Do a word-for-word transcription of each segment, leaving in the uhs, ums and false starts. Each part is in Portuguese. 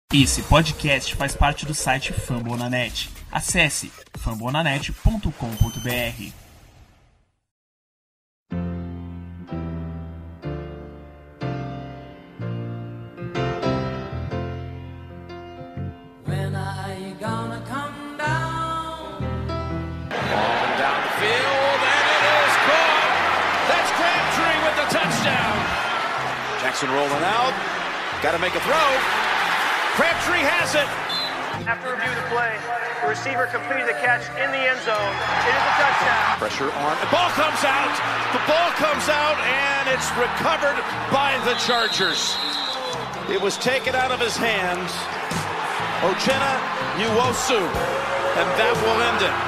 Esse podcast faz parte do site Fambonanet. Acesse fambonanet ponto com ponto b r. When are you gonna come down? Ball down the field, and it is caught. That's Crabtree with the touchdown. Jackson rolling out. Got to make a throw. Crabtree has it. After review of the play, the receiver completed the catch in the end zone. It is a touchdown. Pressure on. The ball comes out. The ball comes out, and it's recovered by the Chargers. It was taken out of his hands. Uchenna Nwosu, and that will end it.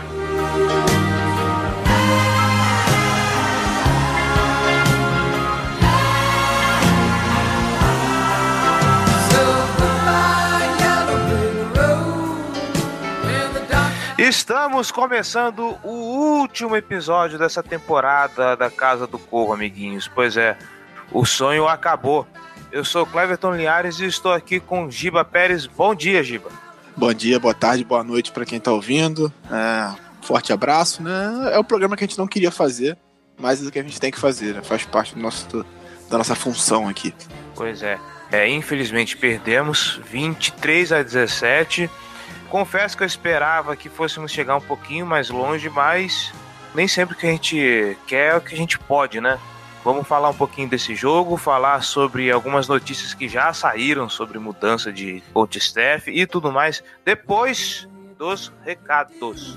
Estamos começando o último episódio dessa temporada da Casa do Corvo, amiguinhos. Pois é, o sonho acabou. Eu sou Cleverton Linhares e estou aqui com Giba Pérez. Bom dia, Giba. Bom dia, boa tarde, boa noite para quem está ouvindo. É, forte abraço, né? É o programa que a gente não queria fazer, mas é o que a gente tem que fazer, né? Faz parte do nosso, da nossa função aqui. Pois é. é, infelizmente perdemos vinte e três a dezessete. Confesso que eu esperava que fôssemos chegar um pouquinho mais longe, mas nem sempre o que a gente quer é o que a gente pode, né? Vamos falar um pouquinho desse jogo, falar sobre algumas notícias que já saíram sobre mudança de coach staff e tudo mais, depois dos recados.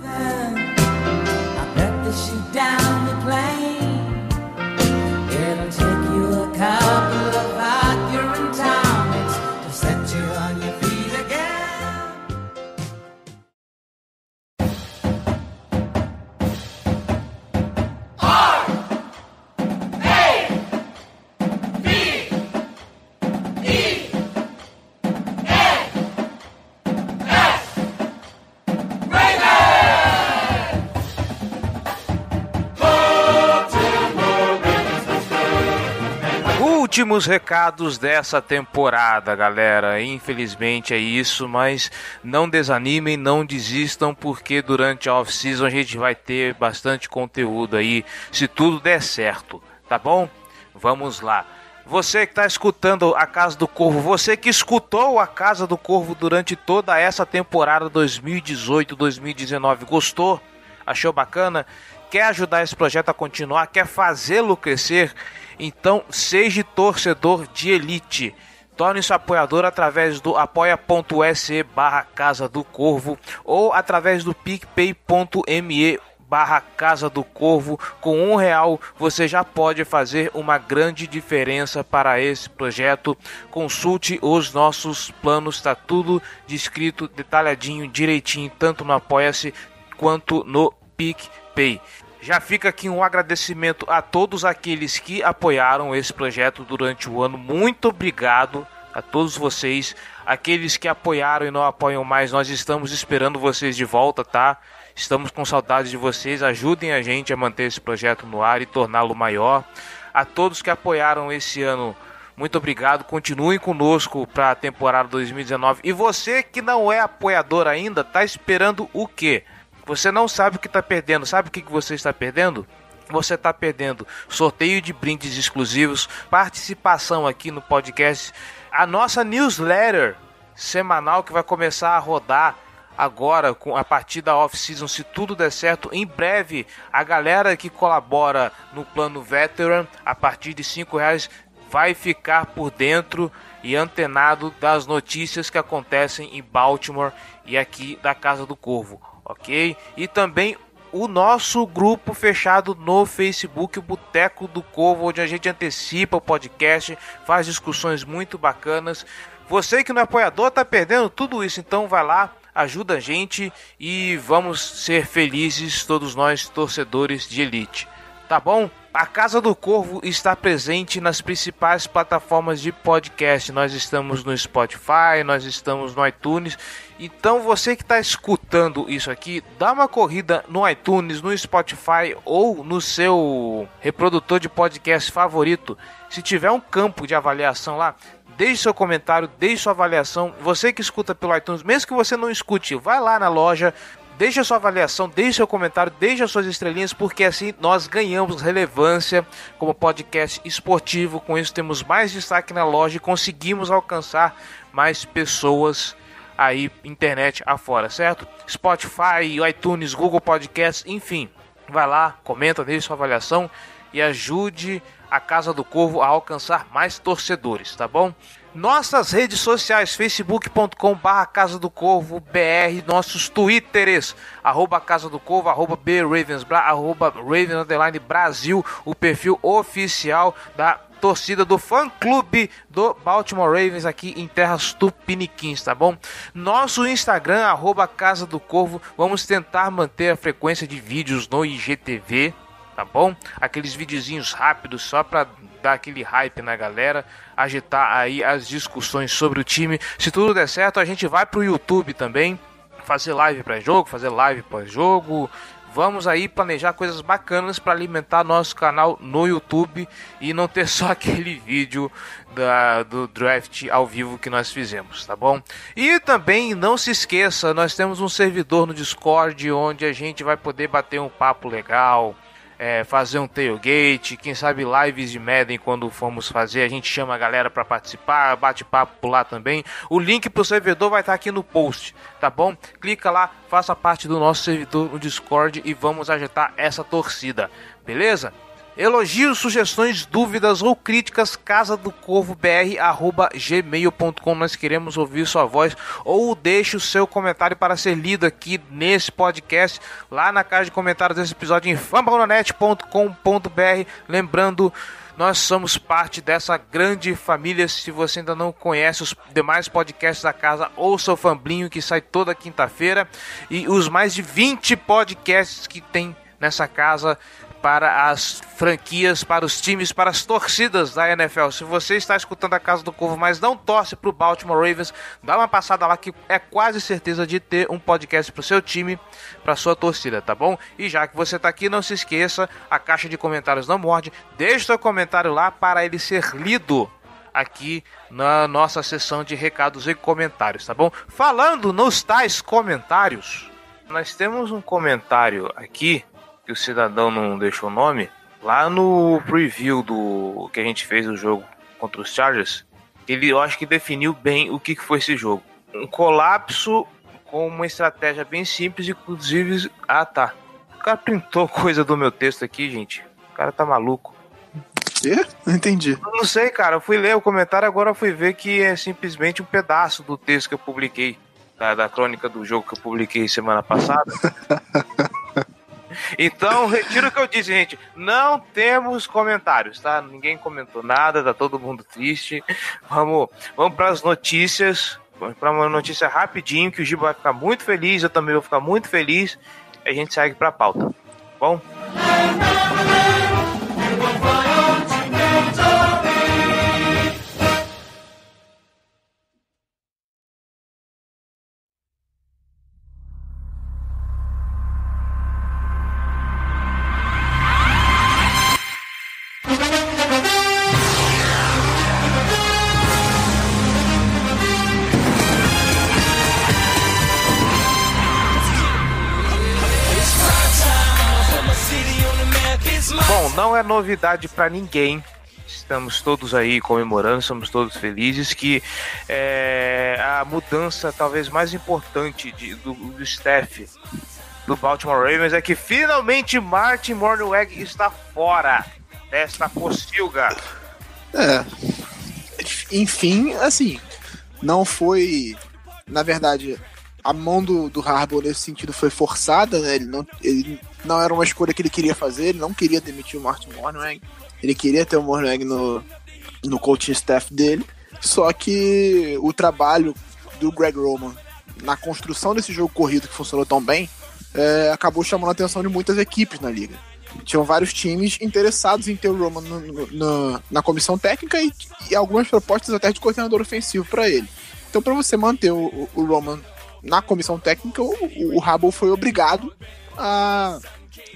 Últimos recados dessa temporada, galera. Infelizmente é isso, mas não desanimem, não desistam, porque durante a off-season a gente vai ter bastante conteúdo aí, se tudo der certo, tá bom? Vamos lá. Você que está escutando a Casa do Corvo, você que escutou a Casa do Corvo durante toda essa temporada dois mil e dezoito, dois mil e dezenove, gostou? Achou bacana? Quer ajudar esse projeto a continuar? Quer fazê-lo crescer? Então seja torcedor de elite. Torne-se apoiador através do apoia.se barra Casa do Corvo ou através do picpay.me barra Casa do Corvo. Com um real você já pode fazer uma grande diferença para esse projeto. Consulte os nossos planos, está tudo descrito, detalhadinho, direitinho, tanto no Apoia-se quanto no PicPay. Já fica aqui um agradecimento a todos aqueles que apoiaram esse projeto durante o ano. Muito obrigado a todos vocês. Aqueles que apoiaram e não apoiam mais, nós estamos esperando vocês de volta, tá? Estamos com saudades de vocês. Ajudem a gente a manter esse projeto no ar e torná-lo maior. A todos que apoiaram esse ano, muito obrigado. Continuem conosco para a temporada dois mil e dezenove. E você que não é apoiador ainda, tá esperando o quê? Você não sabe o que está perdendo. Sabe o que você está perdendo? Você está perdendo sorteio de brindes exclusivos, participação aqui no podcast, a nossa newsletter semanal que vai começar a rodar agora com a partir da off-season, se tudo der certo. Em breve, a galera que colabora no plano Veteran, a partir de cinco reais, vai ficar por dentro e antenado das notícias que acontecem em Baltimore e aqui da Casa do Corvo. Ok? E também o nosso grupo fechado no Facebook, o Boteco do Corvo, onde a gente antecipa o podcast, faz discussões muito bacanas. Você que não é apoiador tá perdendo tudo isso, então vai lá, ajuda a gente e vamos ser felizes, todos nós torcedores de elite. Tá bom? A Casa do Corvo está presente nas principais plataformas de podcast. Nós estamos no Spotify, nós estamos no iTunes. Então você que está escutando isso aqui, dá uma corrida no iTunes, no Spotify ou no seu reprodutor de podcast favorito. Se tiver um campo de avaliação lá, deixe seu comentário, deixe sua avaliação. Você que escuta pelo iTunes, mesmo que você não escute, vai lá na loja, deixe a sua avaliação, deixe seu comentário, deixe as suas estrelinhas, porque assim nós ganhamos relevância como podcast esportivo. Com isso temos mais destaque na loja e conseguimos alcançar mais pessoas aí, internet afora, certo? Spotify, iTunes, Google Podcasts, enfim. Vai lá, comenta, deixe sua avaliação e ajude a Casa do Corvo a alcançar mais torcedores, tá bom? Nossas redes sociais, facebook ponto com barra Casa do Corvo B R, nossos twitters, arroba Casa do Corvo, arroba BRavensBra, arroba Ravens underline Brasil, o perfil oficial da torcida do fã-clube do Baltimore Ravens aqui em terras tupiniquins, tá bom? Nosso Instagram, arroba Casa do Corvo, vamos tentar manter a frequência de vídeos no I G T V, tá bom? Aqueles videozinhos rápidos só pra dar aquele hype na galera, agitar aí as discussões sobre o time. Se tudo der certo, a gente vai pro YouTube também, fazer live pré-jogo, fazer live pós-jogo. Vamos aí planejar coisas bacanas para alimentar nosso canal no YouTube e não ter só aquele vídeo da, do draft ao vivo que nós fizemos, tá bom? E também não se esqueça, nós temos um servidor no Discord onde a gente vai poder bater um papo legal, É, fazer um tailgate, quem sabe lives de Madden quando formos fazer, a gente chama a galera para participar, bate papo por lá também. O link pro servidor vai estar aqui no post, tá bom? Clica lá, faça parte do nosso servidor no Discord e vamos agitar essa torcida, beleza? Elogios, sugestões, dúvidas ou críticas, casa do corvo b r arroba gmail ponto com. Nós queremos ouvir sua voz, ou deixe o seu comentário para ser lido aqui nesse podcast, lá na caixa de comentários desse episódio em fambonanet ponto com ponto b r. Lembrando, nós somos parte dessa grande família. Se você ainda não conhece os demais podcasts da casa, ouça o Famblinho, que sai toda quinta-feira, e os mais de vinte podcasts que tem nessa casa para as franquias, para os times, para as torcidas da N F L. Se você está escutando a Casa do Corvo, mas não torce para o Baltimore Ravens, dá uma passada lá que é quase certeza de ter um podcast para o seu time, para a sua torcida, tá bom? E já que você está aqui, não se esqueça, a caixa de comentários não morde, deixe seu comentário lá para ele ser lido aqui na nossa sessão de recados e comentários, tá bom? Falando nos tais comentários, nós temos um comentário aqui que o cidadão não deixou o nome, lá no preview do que a gente fez do jogo contra os Chargers. Ele, eu acho que definiu bem o que foi esse jogo. Um colapso com uma estratégia bem simples, inclusive... Ah, tá. O cara printou coisa do meu texto aqui, gente. O cara tá maluco. Quê? Não entendi. Eu não sei, cara. Eu fui ler o comentário, agora eu fui ver que é simplesmente um pedaço do texto que eu publiquei, da, da crônica do jogo que eu publiquei semana passada. Então, retiro o que eu disse, gente. Não temos comentários, tá? Ninguém comentou nada, tá todo mundo triste. Vamos, vamos para as notícias. Vamos para uma notícia rapidinho, que o Giba vai ficar muito feliz, eu também vou ficar muito feliz. E a gente segue para a pauta. Bom? Bom, não é novidade para ninguém, estamos todos aí comemorando, estamos todos felizes que é, a mudança talvez mais importante de, do, do staff do Baltimore Ravens é que finalmente Martin Mornhinweg está fora desta pocilga. É, enfim, assim, não foi, na verdade, a mão do, do Harbaugh nesse sentido foi forçada, né? Ele não, ele não era uma escolha que ele queria fazer, ele não queria demitir o Martin Mornhinweg, ele queria ter o Mornhinweg no, no coaching staff dele, só que o trabalho do Greg Roman na construção desse jogo corrido que funcionou tão bem, é, acabou chamando a atenção de muitas equipes na liga. Tinham vários times interessados em ter o Roman no, no, no, na comissão técnica e, e algumas propostas até de coordenador ofensivo para ele. Então, para você manter o, o, o Roman na comissão técnica, o, o Harbaugh foi obrigado a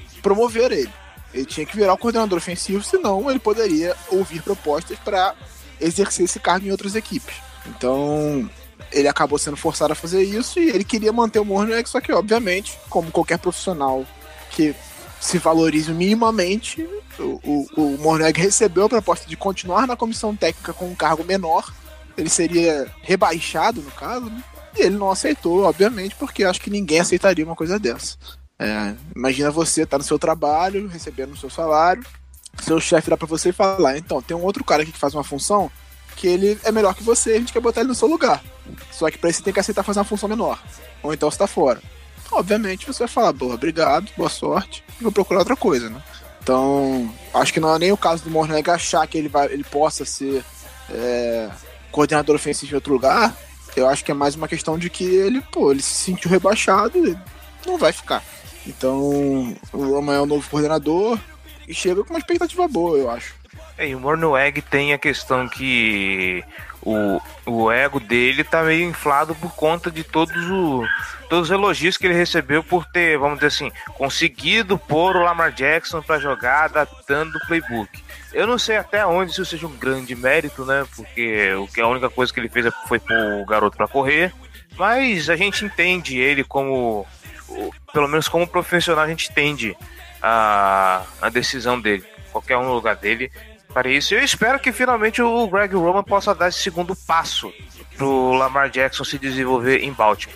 promover ele. Ele tinha que virar o coordenador ofensivo, senão ele poderia ouvir propostas para exercer esse cargo em outras equipes. Então, ele acabou sendo forçado a fazer isso e ele queria manter o Mornhinweg, só que, obviamente, como qualquer profissional que se valorize minimamente, o, o, o Mornhinweg recebeu a proposta de continuar na comissão técnica com um cargo menor. Ele seria rebaixado, no caso, né? E ele não aceitou, obviamente, porque acho que ninguém aceitaria uma coisa dessa. É, imagina você estar tá no seu trabalho, recebendo o seu salário, seu chefe dá pra você falar, então, tem um outro cara aqui que faz uma função que ele é melhor que você, a gente quer botar ele no seu lugar. Só que pra isso você tem que aceitar fazer uma função menor. Ou então você tá fora. Obviamente você vai falar, boa, obrigado, boa sorte, e vou procurar outra coisa, né? Então, acho que não é nem o caso do Mornhinweg achar que ele, vai, ele possa ser é, coordenador ofensivo em outro lugar. Eu acho que é mais uma questão de que ele, pô, ele se sentiu rebaixado e não vai ficar. Então, o Roman é o novo coordenador e chega com uma expectativa boa, eu acho. É, e o Mornhinweg tem a questão que o, o ego dele tá meio inflado por conta de todos, o, todos os elogios que ele recebeu por ter, vamos dizer assim, conseguido pôr o Lamar Jackson para jogar adaptando o playbook. Eu não sei até onde isso seja um grande mérito, né? Porque o que a única coisa que ele fez foi pôr o garoto para correr, mas a gente entende ele como, pelo menos como profissional, a gente entende a, a decisão dele. Qualquer um no lugar dele para isso. Eu espero que finalmente o Greg Roman possa dar esse segundo passo pro Lamar Jackson se desenvolver em Baltimore.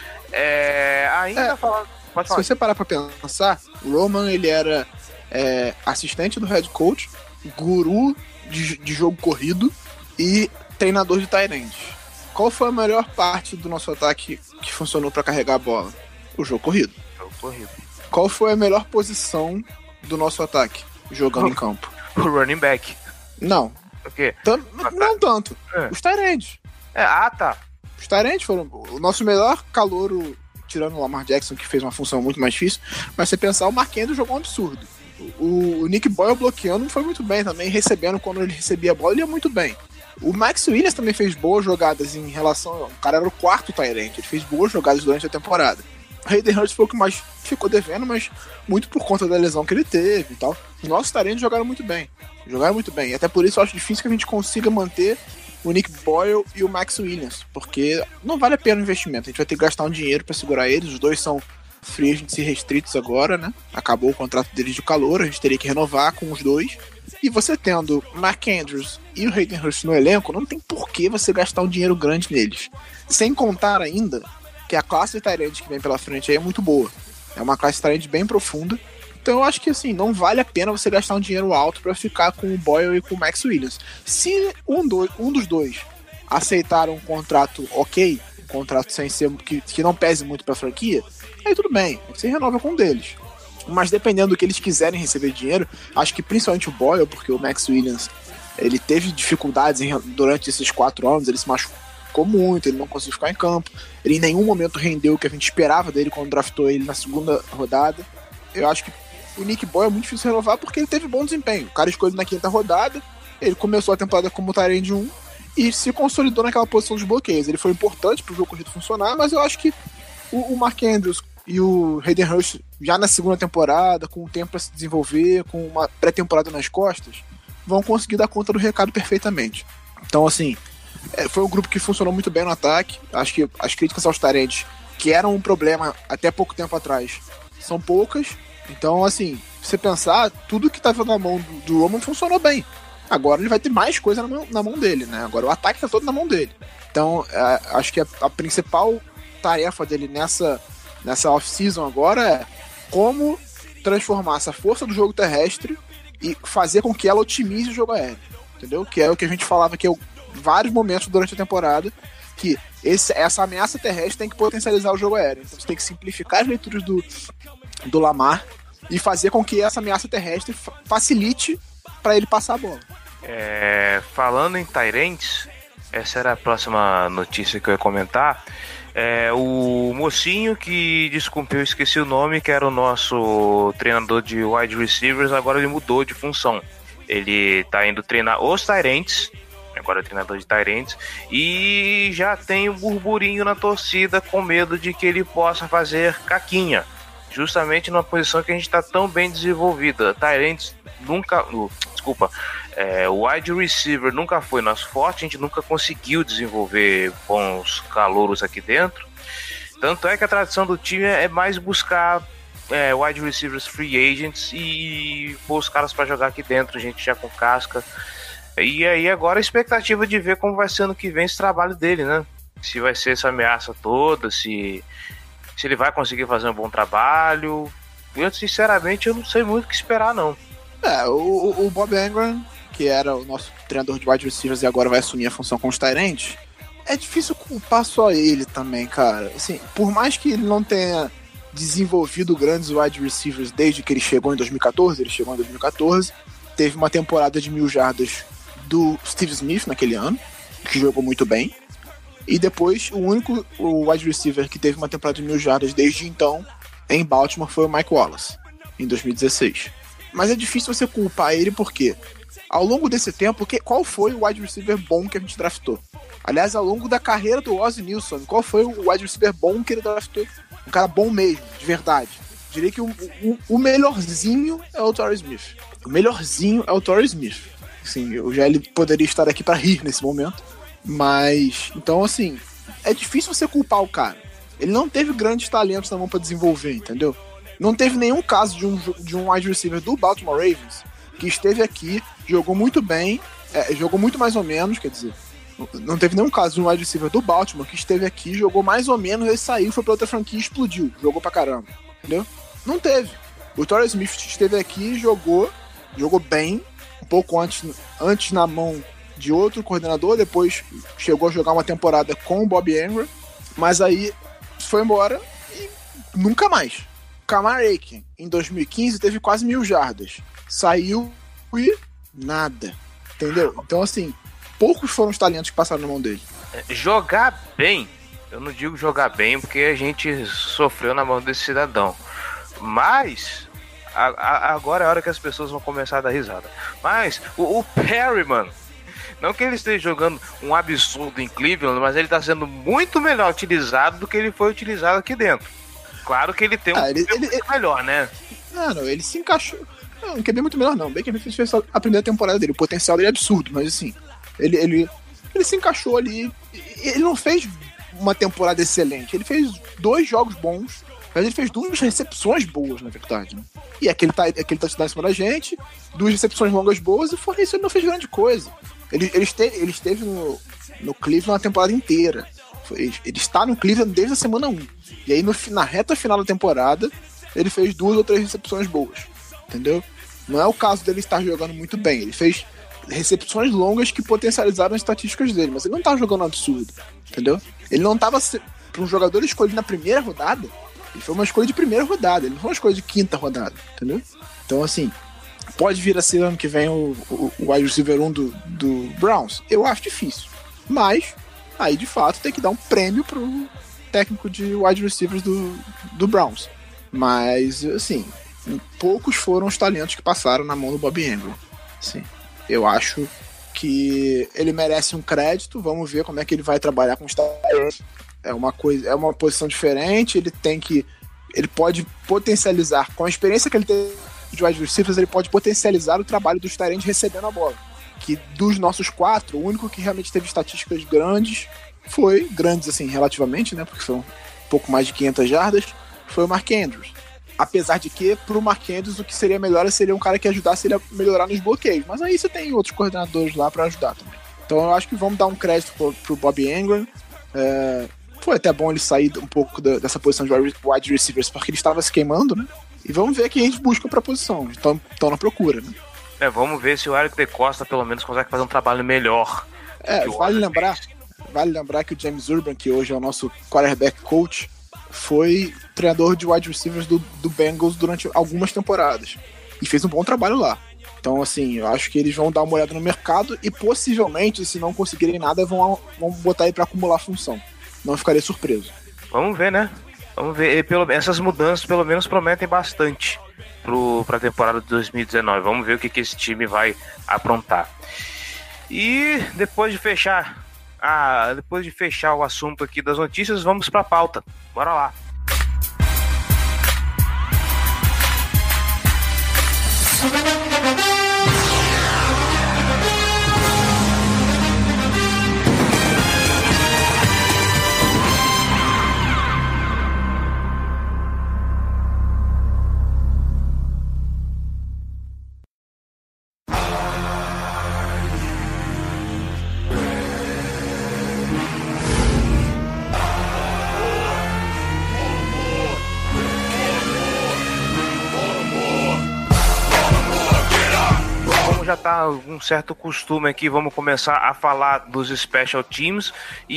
É, ainda é, falando, pode falar. Se você parar para pensar, o Roman ele era é, assistente do head coach, guru de, de jogo corrido e treinador de tight end. Qual foi a melhor parte do nosso ataque que funcionou para carregar a bola? O jogo corrido. Jogo corrido. Qual foi a melhor posição do nosso ataque jogando em campo? O running back. Não. O quê? Tam, não tanto. É. Os tight ends. É, ah, tá. Os tight ends foram o nosso melhor calouro, tirando o Lamar Jackson, que fez uma função muito mais difícil. Mas você pensar, o Mark Andrews jogou um absurdo. O, o Nick Boyle bloqueando foi muito bem também, recebendo quando ele recebia a bola, ele ia muito bem. O Max Williams também fez boas jogadas em relação... O cara era o quarto tight end, ele fez boas jogadas durante a temporada. O Hayden Hurst foi o que mais ficou devendo, mas muito por conta da lesão que ele teve e tal. Os nossos tight ends jogaram muito bem. Jogaram muito bem. E até por isso eu acho difícil que a gente consiga manter o Nick Boyle e o Max Williams, porque não vale a pena o investimento. A gente vai ter que gastar um dinheiro para segurar eles. Os dois são free agents e restritos agora, né? Acabou o contrato deles de calor, a gente teria que renovar com os dois. E você tendo Mark Andrews e o Hayden Hurst no elenco, não tem por que você gastar um dinheiro grande neles. Sem contar ainda que a classe de tight end que vem pela frente aí é muito boa. É uma classe de tight end bem profunda. Então eu acho que assim, não vale a pena você gastar um dinheiro alto para ficar com o Boyle e com o Max Williams. Se um, do, um dos dois aceitar um contrato ok, um contrato sem ser, que, que não pese muito para a franquia, aí tudo bem, você renova com um deles. Mas dependendo do que eles quiserem receber dinheiro, acho que principalmente o Boyle, porque o Max Williams ele teve dificuldades em, durante esses quatro anos, ele se machucou muito, ele não conseguiu ficar em campo, ele em nenhum momento rendeu o que a gente esperava dele quando draftou ele na segunda rodada. Eu acho que o Nick Boyle é muito difícil renovar porque ele teve bom desempenho. O cara escolheu na quinta rodada, ele começou a temporada como tight end um e se consolidou naquela posição dos bloqueios. Ele foi importante para o jogo corrido funcionar, mas eu acho que o, o Mark Andrews e o Hayden Hurst já na segunda temporada, com o tempo para se desenvolver, com uma pré-temporada nas costas, vão conseguir dar conta do recado perfeitamente. Então, assim, é, foi um grupo que funcionou muito bem no ataque. Acho que as críticas aos tight ends, que eram um problema até pouco tempo atrás, são poucas. Então, assim, se você pensar, tudo que estava na mão do, do Roman funcionou bem. Agora ele vai ter mais coisa na mão, na mão dele, né? Agora o ataque está todo na mão dele. Então, é, acho que a, a principal tarefa dele nessa, nessa off-season agora é como transformar essa força do jogo terrestre e fazer com que ela otimize o jogo aéreo. Entendeu? Que é o que a gente falava que em vários momentos durante a temporada, que esse, essa ameaça terrestre tem que potencializar o jogo aéreo. Então você tem que simplificar as leituras do, do Lamar e fazer com que essa ameaça terrestre facilite para ele passar a bola. É, falando em tight ends, essa era a próxima notícia que eu ia comentar. É, o mocinho que descumpriu, esqueci o nome, que era o nosso treinador de wide receivers, agora ele mudou de função. Ele tá indo treinar os tight ends, agora é treinador de tight ends, e já tem um burburinho na torcida com medo de que ele possa fazer caquinha, justamente numa posição que a gente está tão bem desenvolvida. Tight ends nunca, uh, desculpa, É, o wide receiver nunca foi nosso forte, a gente nunca conseguiu desenvolver bons calouros aqui dentro. Tanto é que a tradição do time é mais buscar é, wide receivers free agents e pôr os caras para jogar aqui dentro, a gente já com casca. E aí agora a expectativa de ver como vai ser ano que vem esse trabalho dele, né? Se vai ser essa ameaça toda, se, se ele vai conseguir fazer um bom trabalho. Eu, sinceramente, eu não sei muito o que esperar, não. É, o, o Bob Engram, que era o nosso treinador de wide receivers e agora vai assumir a função com os tight ends, é difícil culpar só ele também, cara. Assim, por mais que ele não tenha desenvolvido grandes wide receivers desde que ele chegou em dois mil e catorze, ele chegou em dois mil e catorze, teve uma temporada de mil jardas do Steve Smith naquele ano, que jogou muito bem, e depois o único o wide receiver que teve uma temporada de mil jardas desde então em Baltimore foi o Mike Wallace, em dois mil e dezesseis. Mas é difícil você culpar ele porque ao longo desse tempo, que, qual foi o wide receiver bom que a gente draftou? Aliás, ao longo da carreira do Ozzie Nilsson, qual foi o wide receiver bom que ele draftou? Um cara bom mesmo, de verdade. Diria que o, o, o melhorzinho é o Torrey Smith. O melhorzinho é o Torrey Smith. Assim, eu já ele poderia estar aqui para rir nesse momento. Mas, então assim, é difícil você culpar o cara. Ele não teve grandes talentos na mão para desenvolver, entendeu? Não teve nenhum caso de um, de um wide receiver do Baltimore Ravens que esteve aqui, jogou muito bem, é, jogou muito mais ou menos, quer dizer, não teve nenhum caso de um wide receiver do Baltimore que esteve aqui, jogou mais ou menos, ele saiu, foi pra outra franquia e explodiu, jogou pra caramba, entendeu? Não teve. O Torrey Smith esteve aqui, jogou, jogou bem, um pouco antes, antes na mão de outro coordenador, depois chegou a jogar uma temporada com o Bob Engram, mas aí foi embora e nunca mais. Kamar Aiken, em dois mil e quinze, teve quase mil jardas. Saiu e nada, entendeu? Então, assim, poucos foram os talentos que passaram na mão dele. Jogar bem, eu não digo jogar bem porque a gente sofreu na mão desse cidadão, mas a, a, agora é a hora que as pessoas vão começar a dar risada. Mas o, o Perryman, não que ele esteja jogando um absurdo em Cleveland, mas ele está sendo muito melhor utilizado do que ele foi utilizado aqui dentro. Claro que ele tem um ah, ele, ele, ele, melhor, né? Não, não, ele se encaixou. Não, não quer bem muito melhor, não. Bem que ele fez a primeira temporada dele. O potencial dele é absurdo, mas assim, ele, ele, ele se encaixou ali. Ele não fez uma temporada excelente. Ele fez dois jogos bons, mas ele fez duas recepções boas, na verdade. Né? E aquele tá, aquele tá em cima da gente, duas recepções longas boas, e fora isso ele não fez grande coisa. Ele, ele, esteve, ele esteve no, no Cleveland a temporada inteira. Ele, ele está no Cleveland desde a semana um. E aí no, na reta final da temporada, ele fez duas ou três recepções boas. Entendeu? Não é o caso dele estar jogando muito bem. Ele fez recepções longas que potencializaram as estatísticas dele, mas ele não estava jogando um absurdo. Entendeu? Ele não estava... Para um jogador escolhido na primeira rodada, ele foi uma escolha de primeira rodada. Ele não foi uma escolha de quinta rodada. Entendeu? Então, assim, pode vir a ser ano que vem o, o, o wide receiver um do, do Browns? Eu acho difícil. Mas, aí de fato tem que dar um prêmio pro técnico de wide receivers do, do Browns. Mas, assim, poucos foram os talentos que passaram na mão do Bob Engram. Sim, eu acho que ele merece um crédito. Vamos ver como é que ele vai trabalhar com os talentos. É uma coisa, é uma posição diferente. Ele tem que, ele pode potencializar com a experiência que ele tem de wide receivers, ele pode potencializar o trabalho dos talentos recebendo a bola. Que dos nossos quatro, o único que realmente teve estatísticas grandes foi grandes assim relativamente, né? Porque foram um pouco mais de quinhentas jardas. Foi o Mark Andrews. Apesar de que, pro Mark Andrews, o que seria melhor seria um cara que ajudasse ele a melhorar nos bloqueios. Mas aí você tem outros coordenadores lá para ajudar também. Então eu acho que vamos dar um crédito pro, pro Bob Engram. É, foi até bom ele sair um pouco da, dessa posição de wide receivers, porque ele estava se queimando, né? E vamos ver quem a gente busca pra posição. Estão na procura, né? É, vamos ver se o Eric de Costa pelo menos consegue fazer um trabalho melhor. É, vale lembrar, vale lembrar que o James Urban, que hoje é o nosso quarterback coach, foi treinador de wide receivers do, do Bengals durante algumas temporadas. E fez um bom trabalho lá. Então, assim, eu acho que eles vão dar uma olhada no mercado e possivelmente, se não conseguirem nada, vão, vão botar ele pra acumular função. Não ficaria surpreso. Vamos ver, né? Vamos ver. E pelo, essas mudanças, pelo menos, prometem bastante pro, pra temporada de dois mil e dezenove. Vamos ver o que, que esse time vai aprontar. E depois de fechar... Ah, depois de fechar o assunto aqui das notícias, vamos pra pauta. Bora lá. já tá um certo costume aqui, vamos começar a falar dos Special Teams.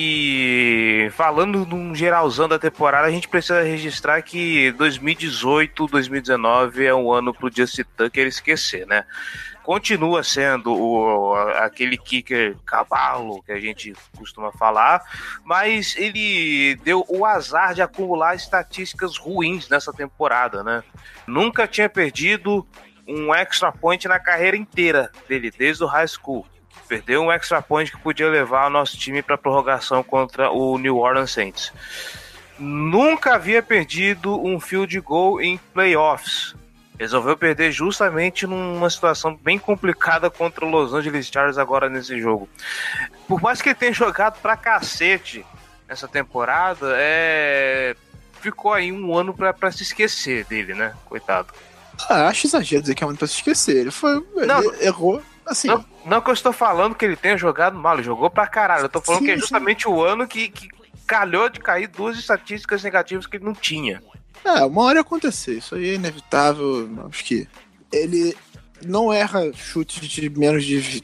E falando num geralzão da temporada, a gente precisa registrar que dois mil e dezoito, dois mil e dezenove é um ano pro Justin Tucker esquecer, né? Continua sendo o, aquele kicker cavalo que a gente costuma falar, mas ele deu o azar de acumular estatísticas ruins nessa temporada, né? Nunca tinha perdido um extra point na carreira inteira dele, desde o high school. Perdeu um extra point que podia levar o nosso time para prorrogação contra o New Orleans Saints. Nunca havia perdido um field goal em playoffs. Resolveu perder justamente numa situação bem complicada contra o Los Angeles Chargers agora nesse jogo. Por mais que ele tenha jogado pra cacete essa temporada, é... ficou aí um ano pra, pra se esquecer dele, né? Coitado. Ah, acho exagero dizer que é um ano pra se esquecer. Ele foi. Não, ele errou. Assim. Não, não que eu estou falando que ele tenha jogado mal, ele jogou pra caralho. Eu tô falando sim, que é justamente sim. o ano que, que calhou de cair duas estatísticas negativas que ele não tinha. É, uma hora ia acontecer, isso aí é inevitável. Acho que ele não erra chutes de menos de,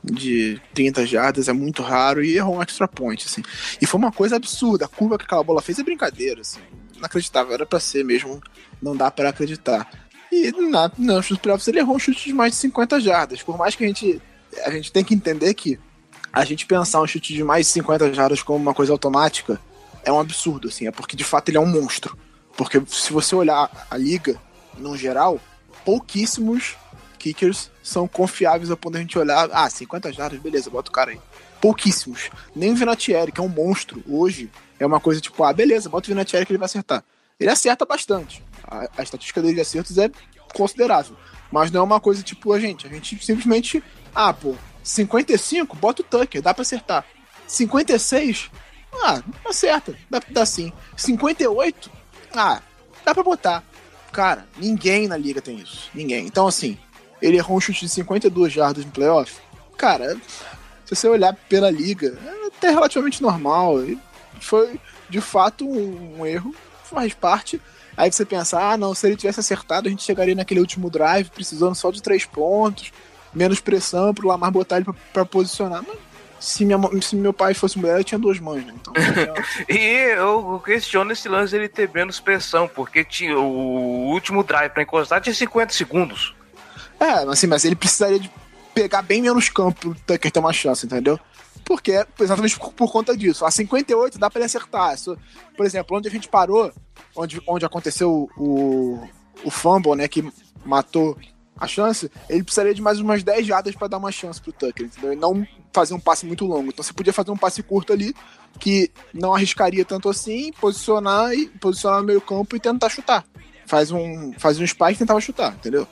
de trinta jardas, é muito raro, e errou um extra point, assim. E foi uma coisa absurda, a curva que aquela bola fez é brincadeira, assim, inacreditável, era pra ser mesmo, não dá pra acreditar. E na, não, nos playoffs ele errou um chute de mais de cinquenta jardas, por mais que a gente, a gente tem que entender que a gente pensar um chute de mais de cinquenta jardas como uma coisa automática é um absurdo, assim, é porque de fato ele é um monstro. Porque se você olhar a liga, no geral, pouquíssimos kickers são confiáveis a ponto de a gente olhar, ah, cinquenta jardas, beleza, bota o cara aí. Pouquíssimos. Nem o Vinatieri, que é um monstro, hoje, é uma coisa tipo, ah, beleza, bota o Vinatieri que ele vai acertar. Ele acerta bastante. A, a estatística dele de acertos é considerável. Mas não é uma coisa tipo a gente. A gente simplesmente, ah, pô, cinquenta e cinco, bota o Tucker, dá pra acertar. cinquenta e seis, ah, acerta, dá pra dar sim. cinquenta e oito, ah, dá pra botar. Cara, ninguém na liga tem isso. Ninguém. Então, assim, ele errou um chute de cinquenta e duas jardas no playoff. Cara, se você olhar pela liga, é até relativamente normal. E foi, de fato, um, um erro. Faz parte. Aí você pensa, ah, não, se ele tivesse acertado, a gente chegaria naquele último drive, precisando só de três pontos, menos pressão pro Lamar botar ele pra, pra posicionar. Mas Se, minha, se meu pai fosse mulher, eu tinha duas mães, né? Então, e eu questiono esse lance dele ter menos pressão, porque tinha, o último drive pra encostar tinha cinquenta segundos. É, assim, mas ele precisaria de pegar bem menos campo pro Tucker ter uma chance, entendeu? Porque, exatamente por, por conta disso. A cinquenta e oito dá pra ele acertar. Isso, por exemplo, onde a gente parou, onde, onde aconteceu o, o fumble, né, que matou a chance, ele precisaria de mais umas dez jardas pra dar uma chance pro Tucker, entendeu? E não fazer um passe muito longo. Então você podia fazer um passe curto ali, que não arriscaria tanto assim, posicionar e posicionar no meio campo e tentar chutar. Faz um, faz um spike e tentava chutar, entendeu?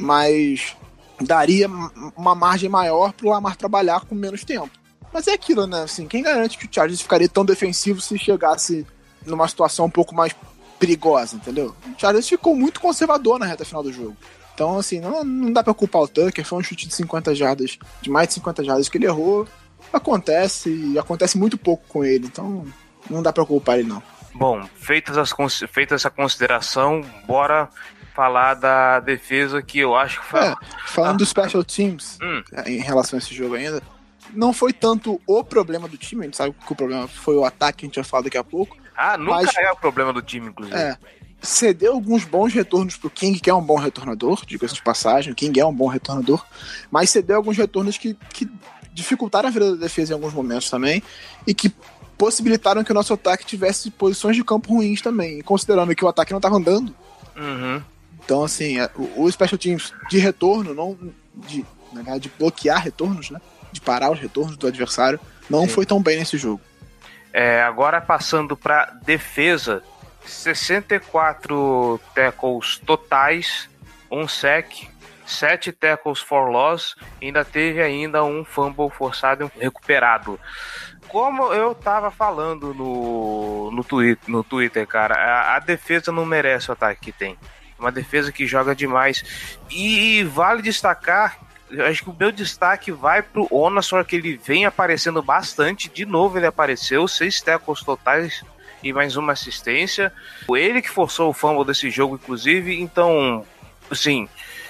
Mas daria uma margem maior pro Lamar trabalhar com menos tempo. Mas é aquilo, né? Assim, quem garante que o Chargers ficaria tão defensivo se chegasse numa situação um pouco mais perigosa, entendeu? O Chargers ficou muito conservador na reta final do jogo. Então, assim, não, não dá pra culpar o Tucker. Foi um chute de cinquenta jardas, de mais de cinquenta jardas que ele errou. Acontece, e acontece muito pouco com ele. Então, não dá pra culpar ele, não. Bom, feitas as, feita essa consideração, bora falar da defesa, que eu acho que foi... É, falando ah. dos Special Teams, hum. em relação a esse jogo ainda, não foi tanto o problema do time, a gente sabe que o problema foi o ataque, que a gente vai falar daqui a pouco. Ah, nunca mas, é o problema do time, inclusive. É. Cedeu alguns bons retornos pro King, que é um bom retornador, diga-se de passagem, o King é um bom retornador, mas cedeu alguns retornos que, que dificultaram a vida da defesa em alguns momentos também, e que possibilitaram que o nosso ataque tivesse posições de campo ruins também, considerando que o ataque não estava andando. Uhum. Então, assim, o, o Special Teams de retorno, não de, na verdade, de bloquear retornos, né, de parar os retornos do adversário, não Sim. foi tão bem nesse jogo. É, agora passando para defesa, sessenta e quatro tackles totais, um sack, sete tackles for loss, ainda teve ainda um fumble forçado e recuperado. Como eu tava falando no, no, Twitter, no Twitter, cara, a, a defesa não merece o ataque que tem. Uma defesa que joga demais. E vale destacar, eu acho que o meu destaque vai pro Onasor, que ele vem aparecendo bastante. De novo ele apareceu, seis tackles totais e mais uma assistência. Ele que forçou o fumble desse jogo, inclusive. Então, assim,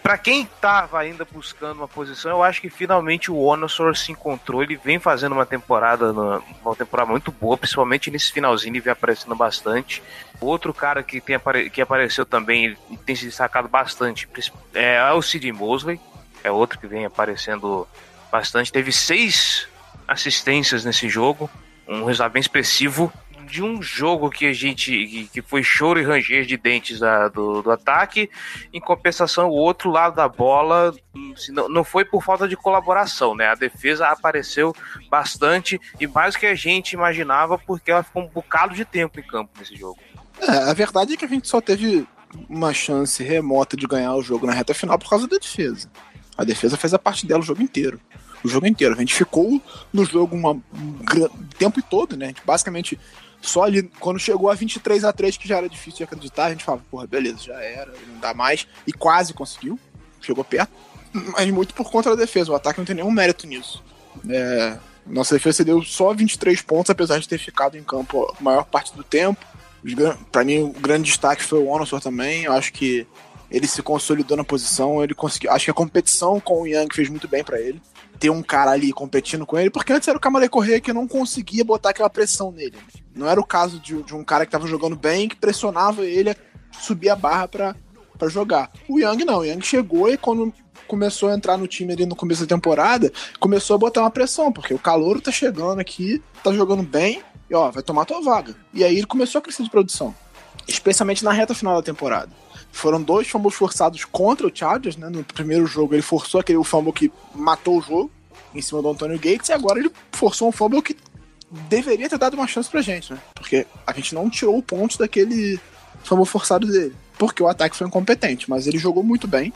pra quem tava ainda buscando uma posição, eu acho que finalmente o Onosor se encontrou. Ele vem fazendo uma temporada, uma temporada muito boa, principalmente nesse finalzinho, ele vem aparecendo bastante. Outro cara que, tem apare... que apareceu também e tem se destacado bastante é o C J Mosley, é outro que vem aparecendo bastante. Teve seis assistências nesse jogo, um resultado bem expressivo de um jogo que a gente que foi choro e ranger de dentes da, do, do ataque. Em compensação, o outro lado da bola não, não foi por falta de colaboração, né? A defesa apareceu bastante e mais do que a gente imaginava, porque ela ficou um bocado de tempo em campo nesse jogo. É, a verdade é que a gente só teve uma chance remota de ganhar o jogo na reta final por causa da defesa. A defesa fez a parte dela o jogo inteiro. O jogo inteiro. A gente ficou no jogo uma, um, o tempo todo, né? A gente basicamente só ali, quando chegou a vinte e três a três, que já era difícil de acreditar, a gente falava, porra, beleza, já era, não dá mais. E quase conseguiu. Chegou perto. Mas muito por conta da defesa. O ataque não tem nenhum mérito nisso. É, nossa defesa deu só vinte e três pontos, apesar de ter ficado em campo a maior parte do tempo. Pra mim, o grande destaque foi o Onosor também. Eu acho que ele se consolidou na posição. Ele conseguiu. Acho que a competição com o Young fez muito bem pra ele. Ter um cara ali competindo com ele, porque antes era o Kamalei Correa que não conseguia botar aquela pressão nele. Não era o caso de, de um cara que tava jogando bem, que pressionava ele a subir a barra pra, pra jogar. O Young não. O Young chegou e quando começou a entrar no time ali no começo da temporada, começou a botar uma pressão, porque o calouro tá chegando aqui, tá jogando bem, e ó, vai tomar tua vaga. E aí ele começou a crescer de produção, especialmente na reta final da temporada. Foram dois fumbles forçados contra o Chargers, né? No primeiro jogo ele forçou aquele fumble que matou o jogo em cima do Antonio Gates, e agora ele forçou um fumble que deveria ter dado uma chance pra gente, né? Porque a gente não tirou o ponto daquele fumble forçado dele, porque o ataque foi incompetente, mas ele jogou muito bem,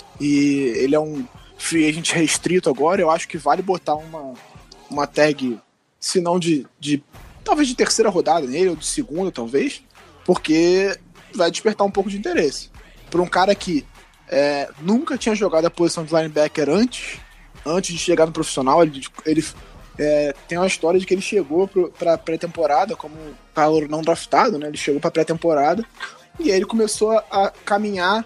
e ele é um free agent restrito agora. Eu acho que vale botar uma, uma tag, se não de, de talvez de terceira rodada nele, ou de segunda talvez, porque vai despertar um pouco de interesse. Para um cara que é, nunca tinha jogado a posição de linebacker antes, antes de chegar no profissional, ele, ele é, tem uma história de que ele chegou para pré-temporada como calor não draftado, né? Ele chegou para pré-temporada e aí ele começou a, a caminhar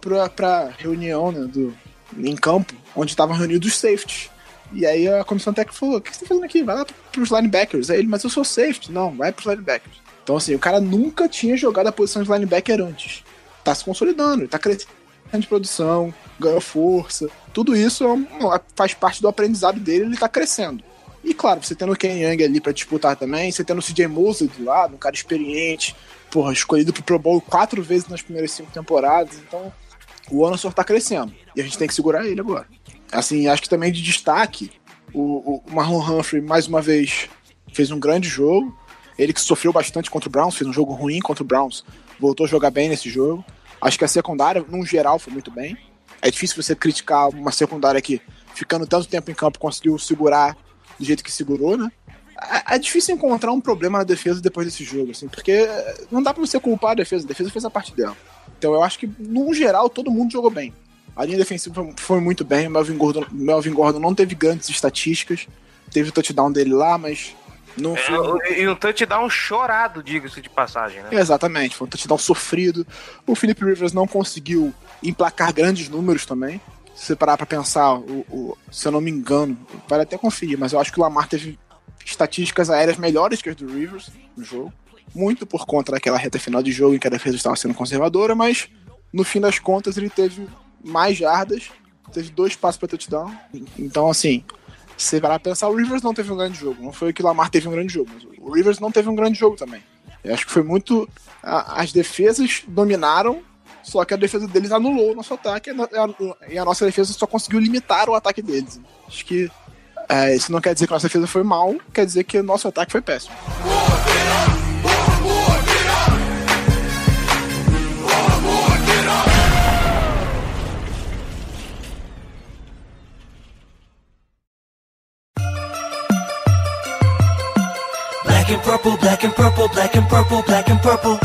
para reunião, né, do, em campo, onde estavam reunidos os safeties. E aí a comissão técnica falou: o que você tá fazendo aqui? Vai lá pros linebackers. Aí ele: mas eu sou safety. Não, vai pros linebackers. Então, assim, o cara nunca tinha jogado a posição de linebacker antes. Tá se consolidando, ele tá crescendo de produção, ganhou força. Tudo isso é um, faz parte do aprendizado dele, ele tá crescendo. E, claro, você tendo o Ken Young ali pra disputar também, você tendo o C J Mosley do lado, um cara experiente, porra, escolhido pro Pro Bowl quatro vezes nas primeiras cinco temporadas. Então, o Onosor tá crescendo. E a gente tem que segurar ele agora. Assim, acho que também de destaque, o, o Marlon Humphrey, mais uma vez, fez um grande jogo. Ele que sofreu bastante contra o Browns, fez um jogo ruim contra o Browns, voltou a jogar bem nesse jogo. Acho que a secundária, num geral, foi muito bem. É difícil você criticar uma secundária que, ficando tanto tempo em campo, conseguiu segurar do jeito que segurou, né? É, é difícil encontrar um problema na defesa depois desse jogo, assim, porque não dá pra você culpar a defesa, a defesa fez a parte dela. Então eu acho que, num geral, todo mundo jogou bem. A linha defensiva foi, foi muito bem, o Melvin Gordon, Melvin Gordon não teve grandes estatísticas, teve o touchdown dele lá, mas... Não foi... é, e um touchdown chorado, diga-se de passagem, né? Exatamente, foi um touchdown sofrido. O Philip Rivers não conseguiu emplacar grandes números também. Se você parar pra pensar, o, o, se eu não me engano, vale até conferir, mas eu acho que o Lamar teve estatísticas aéreas melhores que as do Rivers no jogo. Muito por conta daquela reta final de jogo em que a defesa estava sendo conservadora, mas no fim das contas ele teve mais jardas, teve dois passos para touchdown. Então, assim, se você parar pra pensar, o Rivers não teve um grande jogo. Não foi que o Lamar teve um grande jogo, mas o Rivers não teve um grande jogo também. Eu acho que foi muito... A, as defesas dominaram, só que a defesa deles anulou o nosso ataque, e a nossa defesa só conseguiu limitar o ataque deles. Acho que é, isso não quer dizer que a nossa defesa foi mal, quer dizer que o nosso ataque foi péssimo. Black and purple, black and purple, black and purple, black and purple.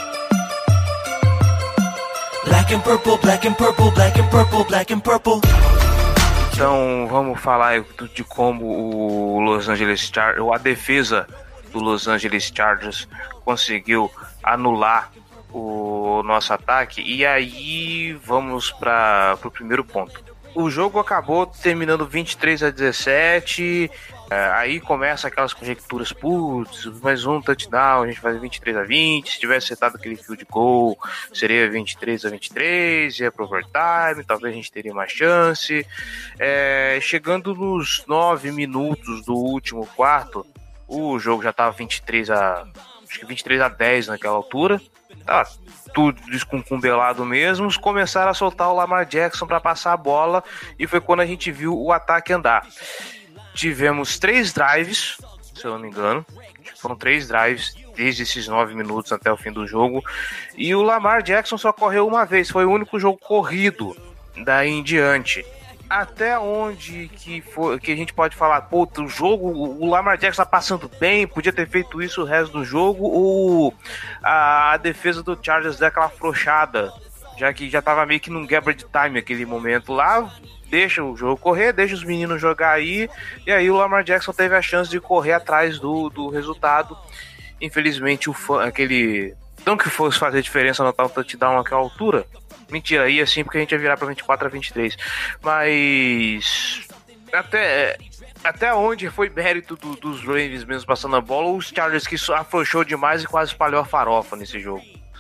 Black and purple, black and purple, black and purple, black and purple. Então vamos falar de como o Los Angeles Chargers, a defesa do Los Angeles Chargers conseguiu anular o nosso ataque. E aí vamos para o primeiro ponto. O jogo acabou terminando vinte e três a dezessete. É, aí começa aquelas conjecturas, putz, mais um touchdown, a gente faz vinte e três a vinte, se tivesse acertado aquele field goal, seria vinte e três a vinte e três, ia pro overtime, talvez a gente teria mais chance. É, chegando nos nove minutos do último quarto, o jogo já tava vinte e três a, acho que vinte e três a dez naquela altura, tava tudo desconcumbelado mesmo, começaram a soltar o Lamar Jackson para passar a bola, e foi quando a gente viu o ataque andar. Tivemos três drives, se eu não me engano. Foram três drives desde esses nove minutos até o fim do jogo. E o Lamar Jackson só correu uma vez. Foi o único jogo corrido daí em diante. Até onde que, foi, que a gente pode falar, pô, o jogo, o Lamar Jackson tá passando bem, podia ter feito isso o resto do jogo, ou a, a defesa do Chargers deu aquela afrouxada, já que já tava meio que num garbage time aquele momento lá. Deixa o jogo correr, deixa os meninos jogar aí, e aí o Lamar Jackson teve a chance de correr atrás do, do resultado. Infelizmente, o fã, aquele... Não que fosse fazer diferença no touchdown naquela altura. Mentira, ia sim, porque a gente ia virar pra vinte e quatro a vinte e três. Mas... Até... Até onde foi mérito do, dos Ravens mesmo passando a bola, ou os Chargers que afrouxou demais e quase espalhou a farofa nesse jogo?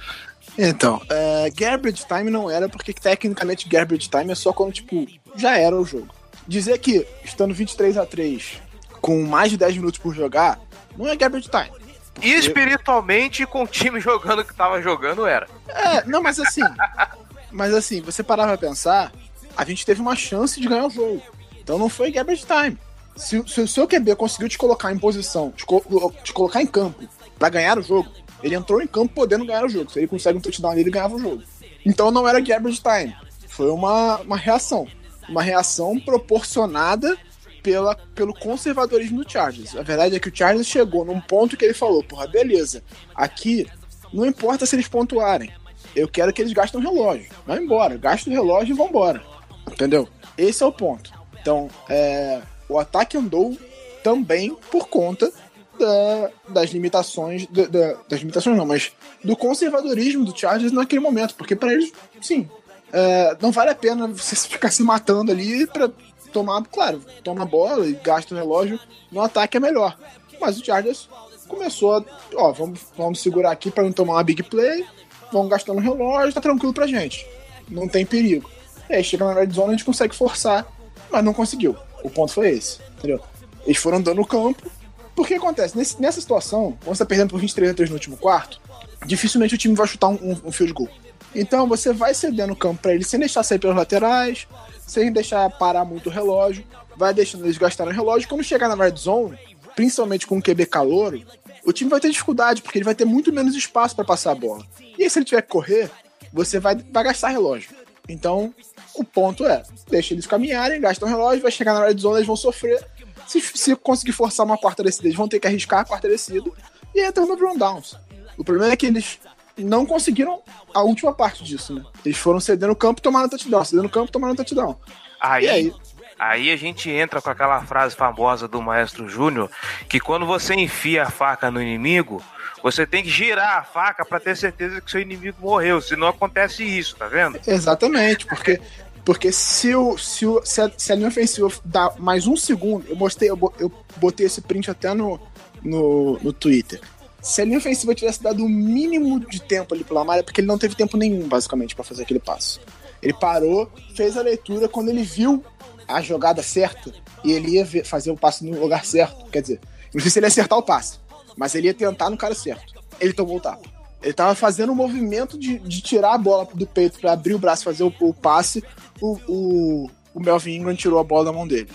Então, é, garbage time não era, porque tecnicamente garbage time é só quando, tipo, já era o jogo. Dizer que, estando vinte e três a três, com mais de dez minutos por jogar, não é garbage time. Porque... E espiritualmente, com o time jogando o que tava jogando, era. É, não, mas assim, mas assim, você parar pra pensar, a gente teve uma chance de ganhar o jogo. Então não foi garbage time. Se, se o seu Q B conseguiu te colocar em posição, te, co- te colocar em campo pra ganhar o jogo, ele entrou em campo podendo ganhar o jogo. Se ele consegue um touchdown ali, ele ganhava o jogo. Então não era garbage time. Foi uma, uma reação. Uma reação proporcionada pela, pelo conservadorismo do Chargers. A verdade é que o Chargers chegou num ponto que ele falou, porra, beleza, aqui não importa se eles pontuarem. Eu quero que eles gastem o relógio. Vai embora, gasta o relógio e vambora. Entendeu? Esse é o ponto. Então, é, o ataque andou também por conta Da, das limitações da, da, das limitações não, mas do conservadorismo do Chargers naquele momento, porque pra eles, sim, é, não vale a pena você ficar se matando ali pra tomar, claro, toma a bola e gasta o relógio, no ataque é melhor, mas o Chargers começou a, ó, vamos, vamos segurar aqui pra não tomar uma big play, vamos gastando o relógio, tá tranquilo pra gente, não tem perigo, e aí chega na red zone, a gente consegue forçar, mas não conseguiu, o ponto foi esse, entendeu? Eles foram dando o campo. Porque acontece, nesse, nessa situação, quando você tá perdendo por vinte e três a três no último quarto, dificilmente o time vai chutar um, um, um field goal. Então você vai cedendo o campo pra eles sem deixar sair pelas laterais, sem deixar parar muito o relógio, vai deixando eles gastarem o relógio. Quando chegar na red zone, principalmente com um Q B calouro, o time vai ter dificuldade, porque ele vai ter muito menos espaço pra passar a bola. E aí, se ele tiver que correr, você vai, vai gastar relógio. Então, o ponto é, deixa eles caminharem, gastam o relógio, vai chegar na red zone, eles vão sofrer. Se, se conseguir forçar uma quarta descida, eles vão ter que arriscar a quarta descida e aí entra no rundowns. O problema é que eles não conseguiram a última parte disso, né? Eles foram cedendo o campo e tomaram touchdown, cedendo o campo e tomaram touchdown. Aí, e aí? aí a gente entra com aquela frase famosa do Maestro Júnior, que quando você enfia a faca no inimigo, você tem que girar a faca pra ter certeza que seu inimigo morreu, senão acontece isso, tá vendo? Exatamente, porque... Porque se, o, se, o, se, a, se a linha ofensiva dá mais um segundo, eu mostrei, eu, eu botei esse print até no, no, no Twitter. Se a linha ofensiva tivesse dado o um mínimo de tempo ali pro Lamar, é porque ele não teve tempo nenhum, basicamente, pra fazer aquele passo. Ele parou, fez a leitura, quando ele viu a jogada certa, e ele ia ver, fazer o passe no lugar certo. Quer dizer, não sei se ele ia acertar o passe, mas ele ia tentar no cara certo. Ele tomou o tapa. Ele tava fazendo um movimento de, de tirar a bola do peito pra abrir o braço e fazer o, o passe. O, o, o Melvin Ingram tirou a bola da mão dele.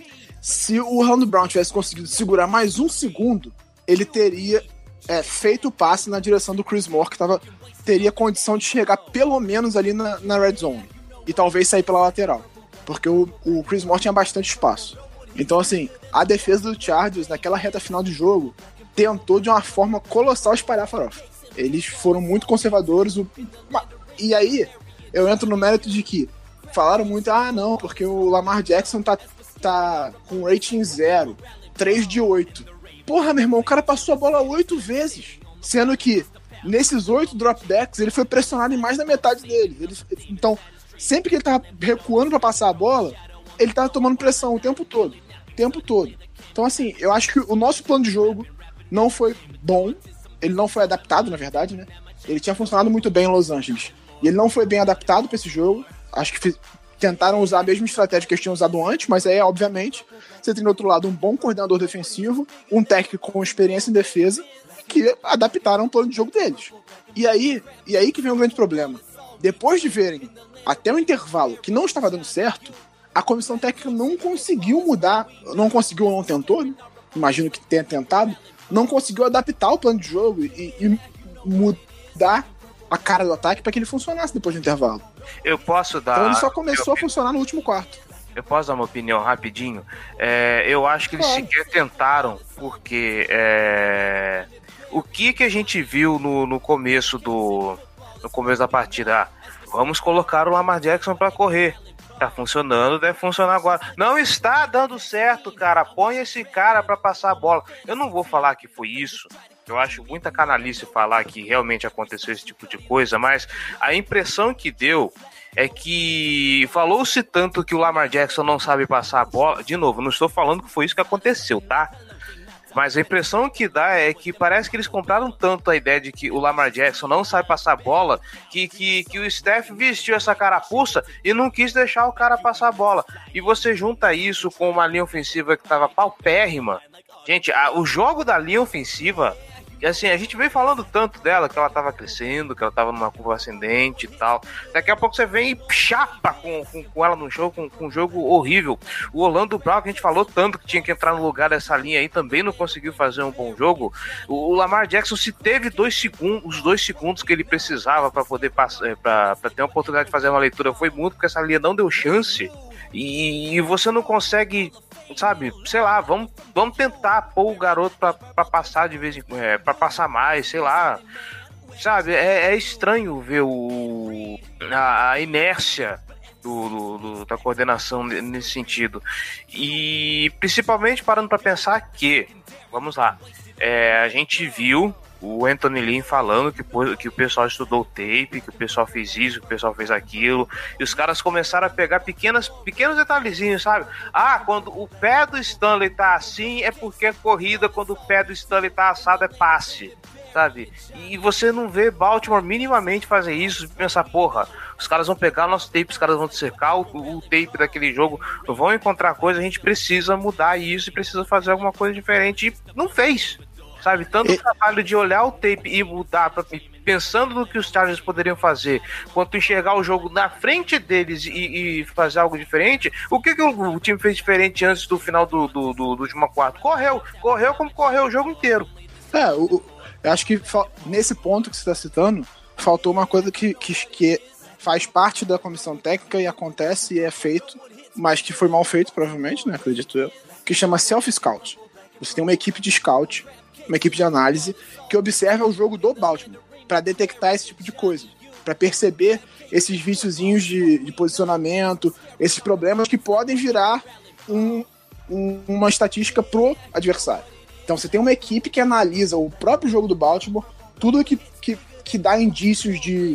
Se o Orlando Brown tivesse conseguido segurar mais um segundo, ele teria é, feito o passe na direção do Chris Moore, que tava, teria condição de chegar pelo menos ali na, na red zone. E talvez sair pela lateral. Porque o, o Chris Moore tinha bastante espaço. Então, assim, a defesa do Chargers, naquela reta final de jogo, tentou de uma forma colossal espalhar a farofa. Eles foram muito conservadores. O... E aí, eu entro no mérito de que falaram muito, ah, não, porque o Lamar Jackson tá, tá com rating zero, três de oito. Porra, meu irmão, o cara passou a bola oito vezes. Sendo que nesses oito dropbacks, ele foi pressionado em mais da metade deles. Ele, então, sempre que ele tava recuando para passar a bola, ele tava tomando pressão o tempo todo. O tempo todo. Então, assim, eu acho que o nosso plano de jogo não foi bom. Ele não foi adaptado, na verdade, né? Ele tinha funcionado muito bem em Los Angeles. E ele não foi bem adaptado para esse jogo. Acho que fiz, tentaram usar a mesma estratégia que eles tinham usado antes, mas aí, obviamente, você tem do outro lado um bom coordenador defensivo, um técnico com experiência em defesa, que adaptaram o plano de jogo deles. E aí, e aí que vem o grande problema. Depois de verem até o intervalo que não estava dando certo, a comissão técnica não conseguiu mudar, não conseguiu ou não tentou, né? Imagino que tenha tentado, não conseguiu adaptar o plano de jogo e, e mudar a cara do ataque para que ele funcionasse depois do intervalo. Eu posso dar... Então ele só começou eu... a funcionar no último quarto. Eu posso dar uma opinião rapidinho? É, eu acho que eles claro. sequer tentaram, porque é, o que, que a gente viu no, no começo do no começo da partida? Ah, vamos colocar o Lamar Jackson para correr. Tá funcionando, deve funcionar agora. Não está dando certo, cara. Põe esse cara para passar a bola. Eu não vou falar que foi isso. Eu acho muita canalice falar que realmente aconteceu esse tipo de coisa, mas a impressão que deu é que falou-se tanto que o Lamar Jackson não sabe passar a bola. De novo, não estou falando que foi isso que aconteceu, tá? Mas a impressão que dá é que parece que eles compraram tanto a ideia de que o Lamar Jackson não sabe passar a bola que, que, que o Steph vestiu essa carapuça e não quis deixar o cara passar a bola. E você junta isso com uma linha ofensiva que estava paupérrima. Gente, a, o jogo da linha ofensiva... E assim, a gente veio falando tanto dela, que ela tava crescendo, que ela tava numa curva ascendente e tal. Daqui a pouco você vem e chapa com, com, com ela no jogo, com, com um jogo horrível. O Orlando Brown, que a gente falou tanto que tinha que entrar no lugar dessa linha aí, também não conseguiu fazer um bom jogo. O, o Lamar Jackson, se teve dois segundos, os dois segundos que ele precisava para poder passar, para ter a oportunidade de fazer uma leitura, foi muito, porque essa linha não deu chance. E, e você não consegue, sabe, sei lá, vamos, vamos tentar pôr o garoto pra, pra passar de vez em quando, é, pra passar mais, sei lá, sabe, é, é estranho ver o, a, a inércia do, do, do, da coordenação nesse sentido, e principalmente parando pra pensar que, vamos lá, é, a gente viu o Anthony Lynn falando que, que o pessoal estudou o tape, que o pessoal fez isso, que o pessoal fez aquilo, e os caras começaram a pegar pequenas, pequenos detalhezinhos, sabe? Ah, quando o pé do Stanley tá assim, é porque é corrida, quando o pé do Stanley tá assado, é passe, sabe? E você não vê Baltimore minimamente fazer isso, pensar, porra, os caras vão pegar o nosso tape, os caras vão dissecar o, o tape daquele jogo, vão encontrar coisa, a gente precisa mudar isso e precisa fazer alguma coisa diferente, e não fez. Sabe, tanto o trabalho de olhar o tape e mudar, pra, pensando no que os Chargers poderiam fazer, quanto enxergar o jogo na frente deles e, e fazer algo diferente. O que, que o, o time fez diferente antes do final do, do, do, do último quarto? Correu, correu como correu o jogo inteiro. É, o, eu acho que nesse ponto que você está citando, faltou uma coisa que, que, que faz parte da comissão técnica e acontece e é feito, mas que foi mal feito, provavelmente, né, acredito eu, que chama self-scout. Você tem uma equipe de scout, uma equipe de análise que observa o jogo do Baltimore para detectar esse tipo de coisa, para perceber esses viciozinhos de, de posicionamento, esses problemas que podem virar um, um, uma estatística pro adversário. Então você tem uma equipe que analisa o próprio jogo do Baltimore, tudo que, que, que dá indícios de,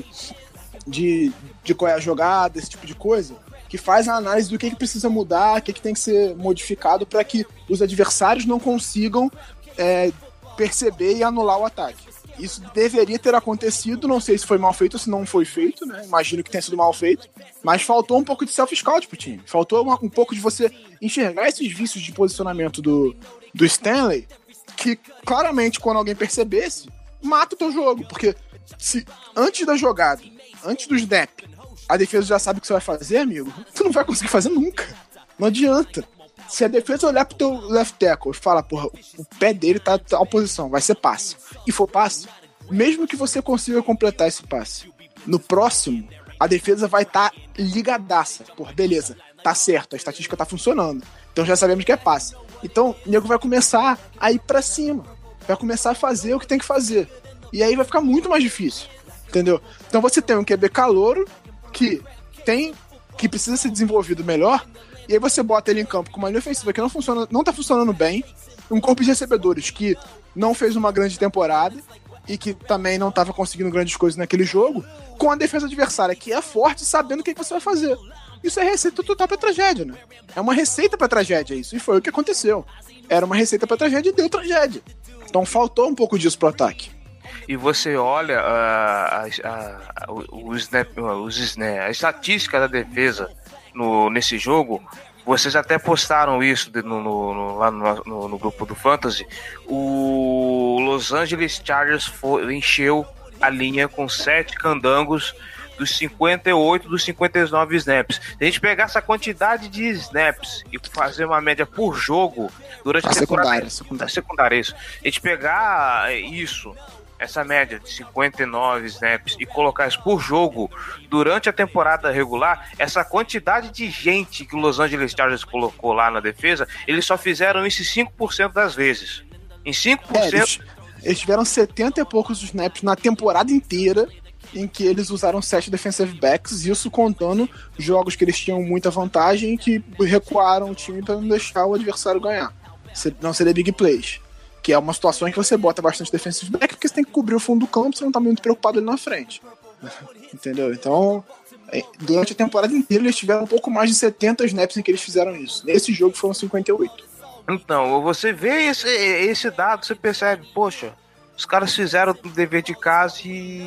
de, de qual é a jogada, esse tipo de coisa, que faz a análise do que, que precisa mudar, o que, que tem que ser modificado para que os adversários não consigam é, perceber e anular o ataque. Isso deveria ter acontecido, não sei se foi mal feito ou se não foi feito, né? Imagino que tenha sido mal feito, mas faltou um pouco de self-scout pro time. Faltou uma, um pouco de você enxergar esses vícios de posicionamento do, do Stanley, que claramente quando alguém percebesse, mata o teu jogo, porque se antes da jogada, antes do snap, a defesa já sabe o que você vai fazer, amigo, tu não vai conseguir fazer nunca. Não adianta. Se a defesa olhar pro teu left tackle e falar, porra, o pé dele tá na posição, vai ser passe, e for passe, mesmo que você consiga completar esse passe, no próximo, a defesa vai estar tá ligadaça. Porra, beleza, tá certo, a estatística tá funcionando, então já sabemos que é passe. Então, o nego vai começar a ir pra cima, vai começar a fazer o que tem que fazer, e aí vai ficar muito mais difícil, entendeu? Então você tem um Q B calouro que tem, que precisa ser desenvolvido melhor. E aí você bota ele em campo com uma linha ofensiva que não funciona, não tá funcionando bem, um corpo de recebedores que não fez uma grande temporada, e que também não estava conseguindo grandes coisas naquele jogo, com a defesa adversária que é forte, sabendo o que, que você vai fazer. Isso é receita total pra tragédia, né? É uma receita pra tragédia isso, e foi o que aconteceu. Era uma receita pra tragédia e deu tragédia. Então faltou um pouco disso pro ataque. E você olha a, a, a, o, o snap, os snap, a estatística da defesa no, nesse jogo. Vocês até postaram isso no, no, no, lá no, no, no grupo do Fantasy. O Los Angeles Chargers foi, encheu a linha com sete candangos dos cinquenta e oito dos cinquenta e nove snaps. Se a gente pegar essa quantidade de snaps e fazer uma média por jogo durante a, a secundária, secundária, secundária, isso. A gente pegar isso, essa média de cinquenta e nove snaps e colocar isso por jogo durante a temporada regular, essa quantidade de gente que o Los Angeles Chargers colocou lá na defesa, eles só fizeram isso em cinco por cento das vezes. Em cinco por cento... É, eles, eles tiveram setenta e poucos snaps na temporada inteira em que eles usaram sete defensive backs, isso contando jogos que eles tinham muita vantagem e que recuaram o time para não deixar o adversário ganhar. Não seria big plays. Que é uma situação em que você bota bastante defensive back porque você tem que cobrir o fundo do campo, você não tá muito preocupado ali na frente. Entendeu? Então, durante a temporada inteira eles tiveram um pouco mais de setenta snaps em que eles fizeram isso. Nesse jogo foram cinquenta e oito. Então, você vê esse, esse dado, você percebe, poxa, os caras fizeram o dever de casa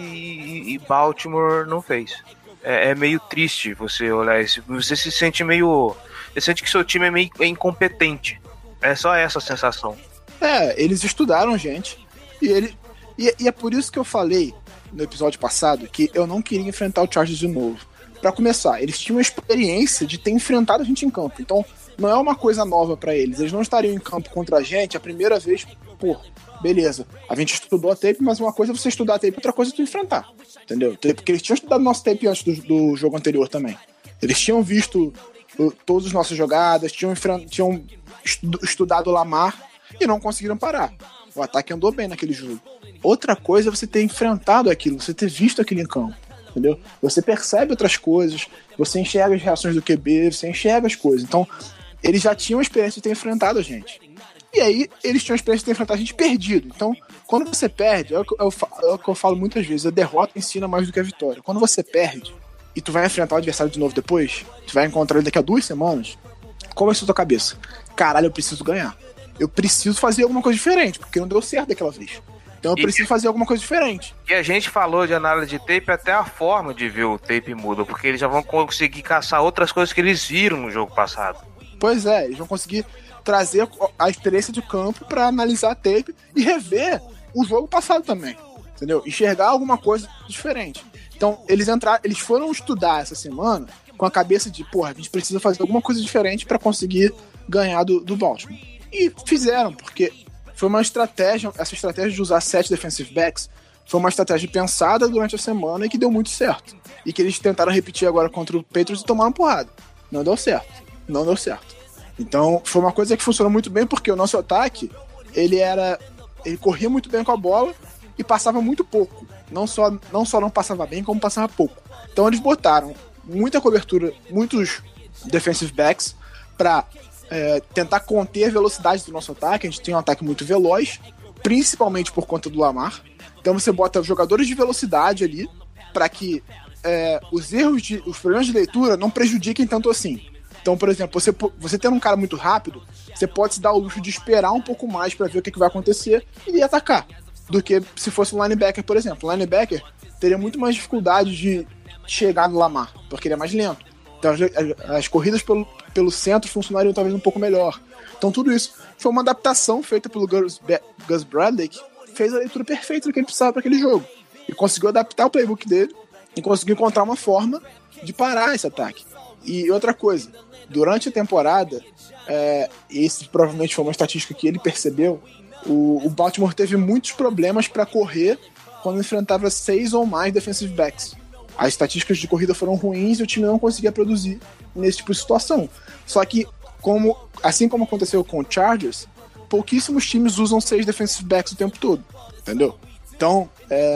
e, e Baltimore não fez. É, é meio triste você olhar isso. Você se sente meio... Você sente que seu time é meio incompetente. É só essa sensação. É, eles estudaram, gente. E, ele, e, e é por isso que eu falei no episódio passado que eu não queria enfrentar o Chargers de novo. Pra começar, eles tinham a experiência de ter enfrentado a gente em campo. Então, não é uma coisa nova pra eles. Eles não estariam em campo contra a gente a primeira vez, pô, beleza. A gente estudou a tape, mas uma coisa é você estudar a tape, outra coisa é tu enfrentar. Entendeu? Porque eles tinham estudado nosso tape antes do, do jogo anterior também. Eles tinham visto uh, todas as nossas jogadas, tinham, tinham estu, estudado o Lamar e não conseguiram parar. O ataque andou bem naquele jogo. Outra coisa é você ter enfrentado aquilo, você ter visto aquilo em campo. Entendeu? Você percebe outras coisas, você enxerga as reações do Q B, você enxerga as coisas. Então, eles já tinham a experiência de ter enfrentado a gente. E aí, eles tinham a experiência de ter enfrentado a gente perdido. Então, quando você perde, é o que eu, é o que eu falo muitas vezes, a derrota ensina mais do que a vitória. Quando você perde e tu vai enfrentar o adversário de novo depois, tu vai encontrar ele daqui a duas semanas, qual vai ser a tua cabeça? Caralho, eu preciso ganhar. Eu preciso fazer alguma coisa diferente, porque não deu certo daquela vez. Então eu preciso e, fazer alguma coisa diferente. E a gente falou de análise de tape, até a forma de ver o tape muda, porque eles já vão conseguir caçar outras coisas que eles viram no jogo passado. Pois é, eles vão conseguir trazer a experiência de campo pra analisar a tape e rever o jogo passado também, entendeu? Enxergar alguma coisa diferente. Então eles entraram, eles foram estudar essa semana com a cabeça de, porra, a gente precisa fazer alguma coisa diferente pra conseguir ganhar do, do Baltimore. E fizeram, porque foi uma estratégia, essa estratégia de usar sete defensive backs foi uma estratégia pensada durante a semana e que deu muito certo. E que eles tentaram repetir agora contra o Patriots e tomaram porrada. Não deu certo. Não deu certo. Então, foi uma coisa que funcionou muito bem porque o nosso ataque, ele era... Ele corria muito bem com a bola e passava muito pouco. Não só não, só não passava bem, como passava pouco. Então, eles botaram muita cobertura, muitos defensive backs para... É, tentar conter a velocidade do nosso ataque. A gente tem um ataque muito veloz, principalmente por conta do Lamar. Então você bota jogadores de velocidade ali para que é, os erros, de, os problemas de leitura não prejudiquem tanto assim. Então, por exemplo, você, você tendo um cara muito rápido, você pode se dar o luxo de esperar um pouco mais para ver o que, que vai acontecer e ir atacar, do que se fosse um linebacker, por exemplo. O linebacker teria muito mais dificuldade de chegar no Lamar, porque ele é mais lento. Então as, as corridas pelo, pelo centro funcionariam talvez um pouco melhor. Então tudo isso foi uma adaptação feita pelo Gus, Gus Bradley, que fez a leitura perfeita do que ele precisava para aquele jogo. E conseguiu adaptar o playbook dele e conseguiu encontrar uma forma de parar esse ataque. E outra coisa, durante a temporada, é, esse provavelmente foi uma estatística que ele percebeu, o, o Baltimore teve muitos problemas para correr quando enfrentava seis ou mais defensive backs. As estatísticas de corrida foram ruins e o time não conseguia produzir nesse tipo de situação. Só que, como, assim como aconteceu com o Chargers, pouquíssimos times usam seis defensive backs o tempo todo, entendeu? Então,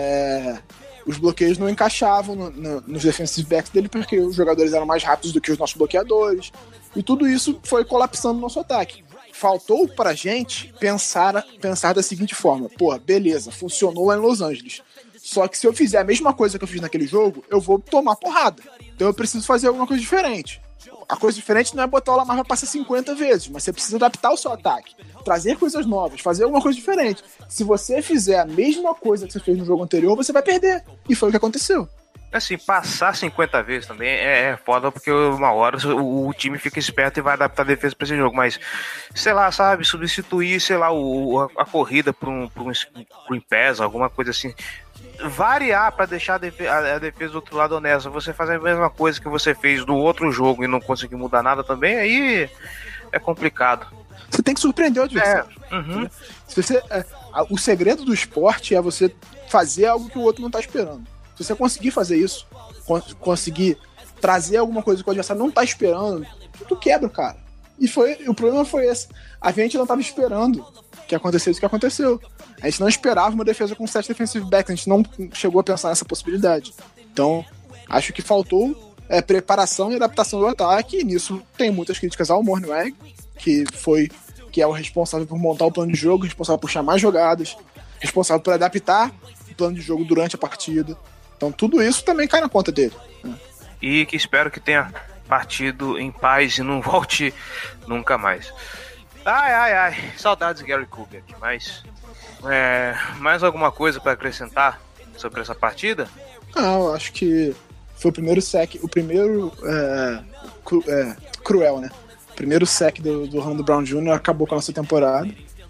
é, os bloqueios não encaixavam no, no, nos defensive backs dele porque os jogadores eram mais rápidos do que os nossos bloqueadores. E tudo isso foi colapsando o nosso ataque. faltou pra gente pensar, pensar da seguinte forma: pô, beleza, funcionou lá em Los Angeles. Só que se eu fizer a mesma coisa que eu fiz naquele jogo, eu vou tomar porrada. Então eu preciso fazer alguma coisa diferente. A coisa diferente não é botar o Lamar pra passar cinquenta vezes, mas você precisa adaptar o seu ataque, trazer coisas novas, fazer alguma coisa diferente. Se você fizer a mesma coisa que você fez no jogo anterior, você vai perder. E foi o que aconteceu. Assim, passar cinquenta vezes também é, é foda, porque uma hora o, o time fica esperto e vai adaptar a defesa pra esse jogo, mas, sei lá, sabe, substituir, sei lá, o, a, a corrida por um, por um screen pass, alguma coisa assim, variar pra deixar a defesa, a, a defesa do outro lado honesta. Você fazer a mesma coisa que você fez no outro jogo e não conseguir mudar nada também, aí é complicado. Você tem que surpreender o adversário. É, uhum. Se você, é, a, o segredo do esporte é você fazer algo que o outro não tá esperando. Se você conseguir fazer isso, conseguir trazer alguma coisa que o adversário não tá esperando, tu quebra, cara. E foi, o problema foi esse. A gente não tava esperando que acontecesse o que aconteceu. A gente não esperava uma defesa com sete defensive backs, a gente não chegou a pensar nessa possibilidade. Então, acho que faltou é, preparação e adaptação do ataque, e nisso tem muitas críticas ao Mornhinweg, que foi que é o responsável por montar o plano de jogo, responsável por chamar jogadas, responsável por adaptar o plano de jogo durante a partida. Então tudo isso também cai na conta dele. E que espero que tenha partido em paz e não volte nunca mais. Ai, ai, ai. Saudades de Gary Kubiak. Mas é, mais alguma coisa para acrescentar sobre essa partida? Não, acho que foi o primeiro sec, o primeiro é, cru, é, cruel, né? O primeiro sec do, do Orlando Brown Júnior acabou com a nossa temporada.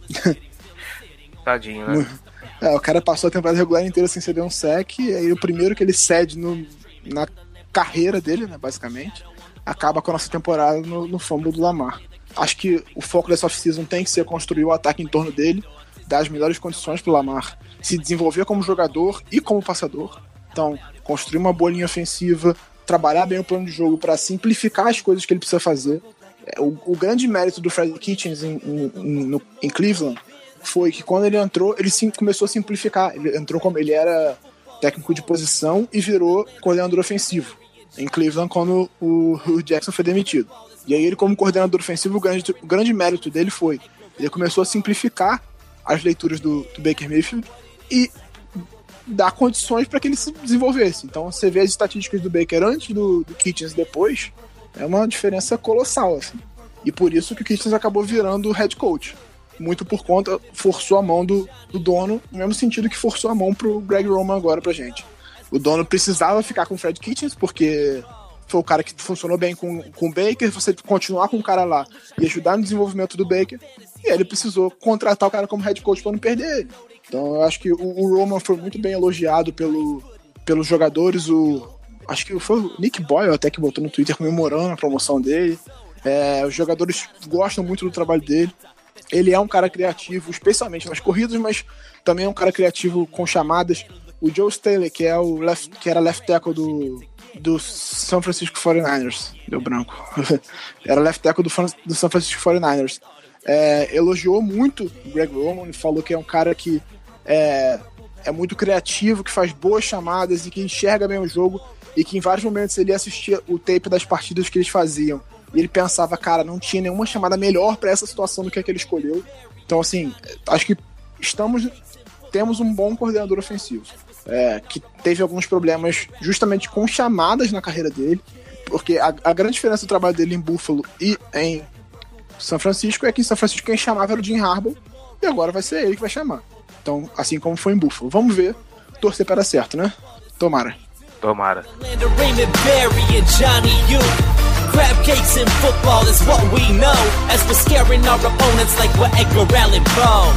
Tadinho, né? É, o cara passou a temporada regular inteira sem ceder um sec, e aí o primeiro que ele cede no, na carreira dele, né, basicamente, acaba com a nossa temporada no, no fumble do Lamar. Acho que o foco dessa off-season tem que ser construir o ataque em torno dele, dar as melhores condições pro Lamar se desenvolver como jogador e como passador. Então, construir uma boa linha ofensiva, trabalhar bem o plano de jogo para simplificar as coisas que ele precisa fazer. O, o grande mérito do Freddie Kitchens em, em, em, no, em Cleveland foi que quando ele entrou, ele sim, começou a simplificar. Ele entrou como ele era técnico de posição e virou coordenador ofensivo em Cleveland quando o, o Jackson foi demitido. E aí ele, como coordenador ofensivo, o grande, o grande mérito dele foi ele começou a simplificar as leituras do, do Baker Mayfield e dar condições para que ele se desenvolvesse. Então você vê as estatísticas do Baker antes do, do Kitchens depois, é uma diferença colossal, assim. E por isso que o Kitchens acabou virando o head coach. Muito por conta, forçou a mão do, do dono, no mesmo sentido que forçou a mão pro Greg Roman agora pra gente. O dono precisava ficar com o Fred Kitchens, porque foi o cara que funcionou bem com, com o Baker, você continuar com o cara lá e ajudar no desenvolvimento do Baker, e ele precisou contratar o cara como head coach pra não perder ele. Então eu acho que o, o Roman foi muito bem elogiado pelo, pelos jogadores, o, acho que foi o Nick Boyle até que botou no Twitter comemorando a promoção dele. É, os jogadores gostam muito do trabalho dele. Ele é um cara criativo, especialmente nas corridas, mas também é um cara criativo com chamadas. O Joe Staley, que, é o left, que era left tackle do, do San Francisco forty-niners, deu branco, era left tackle do, do San Francisco forty-niners, é, elogiou muito o Greg Roman e falou que é um cara que é, é muito criativo, que faz boas chamadas e que enxerga bem o jogo, e que em vários momentos ele assistia o tape das partidas que eles faziam e ele pensava, cara, não tinha nenhuma chamada melhor para essa situação do que a que ele escolheu. Então, assim, acho que estamos, temos um bom coordenador ofensivo, é, que teve alguns problemas justamente com chamadas na carreira dele, porque a, a grande diferença do trabalho dele em Buffalo e em São Francisco é que em São Francisco quem chamava era o Jim Harbaugh, e agora vai ser ele que vai chamar. Então, assim como foi em Buffalo. Vamos ver, torcer para dar certo, né? Tomara. Tomara. Crab cakes in football is what we know, as we're scaring our opponents like we're Edgar Allan Poe.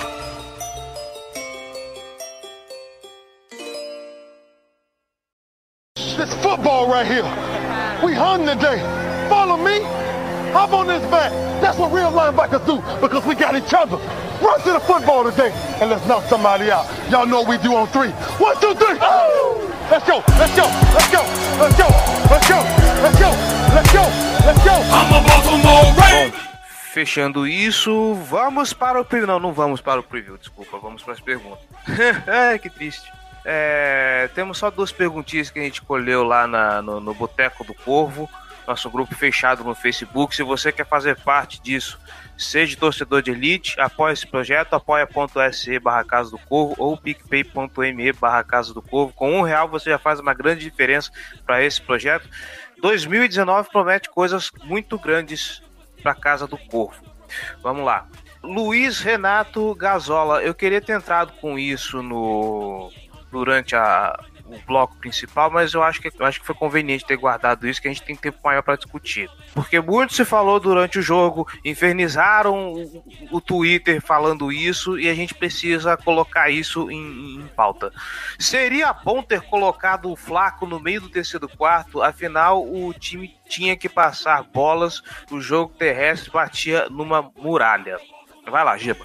This football right here, we hung today. Follow me, hop on this back. That's what real linebackers do, because we got each other. Run to the football today, and let's knock somebody out. Y'all know what we do on three. One, two, three. Oh! Let's go, let's go, let's go, let's go, let's go, let's go, let's go, let's go. I'm a Baltimore Ravens. Bom, fechando isso, vamos para o preview. Não, não vamos para o preview, desculpa, vamos para as perguntas. Ai, que triste. É, temos só duas perguntinhas que a gente colheu lá na, no, no Boteco do Corvo. nosso grupo fechado no Facebook. Se você quer fazer parte disso, seja torcedor de elite, apoie esse projeto, apoia.se barra Casa do Corvo ou picpay.me barra Casa do Corvo. Com um real você já faz uma grande diferença para esse projeto. dois mil e dezenove promete coisas muito grandes para a Casa do Corvo. Vamos lá. Luiz Renato Gazola, eu queria ter entrado com isso no, durante a, o bloco principal, mas eu acho, que, eu acho que foi conveniente ter guardado isso, que a gente tem tempo maior para discutir. Porque muito se falou durante o jogo, infernizaram o, o Twitter falando isso, e a gente precisa colocar isso em, em pauta. Seria bom ter colocado o Flaco no meio do terceiro quarto, afinal o time tinha que passar bolas, o jogo terrestre batia numa muralha. Vai lá, Giba.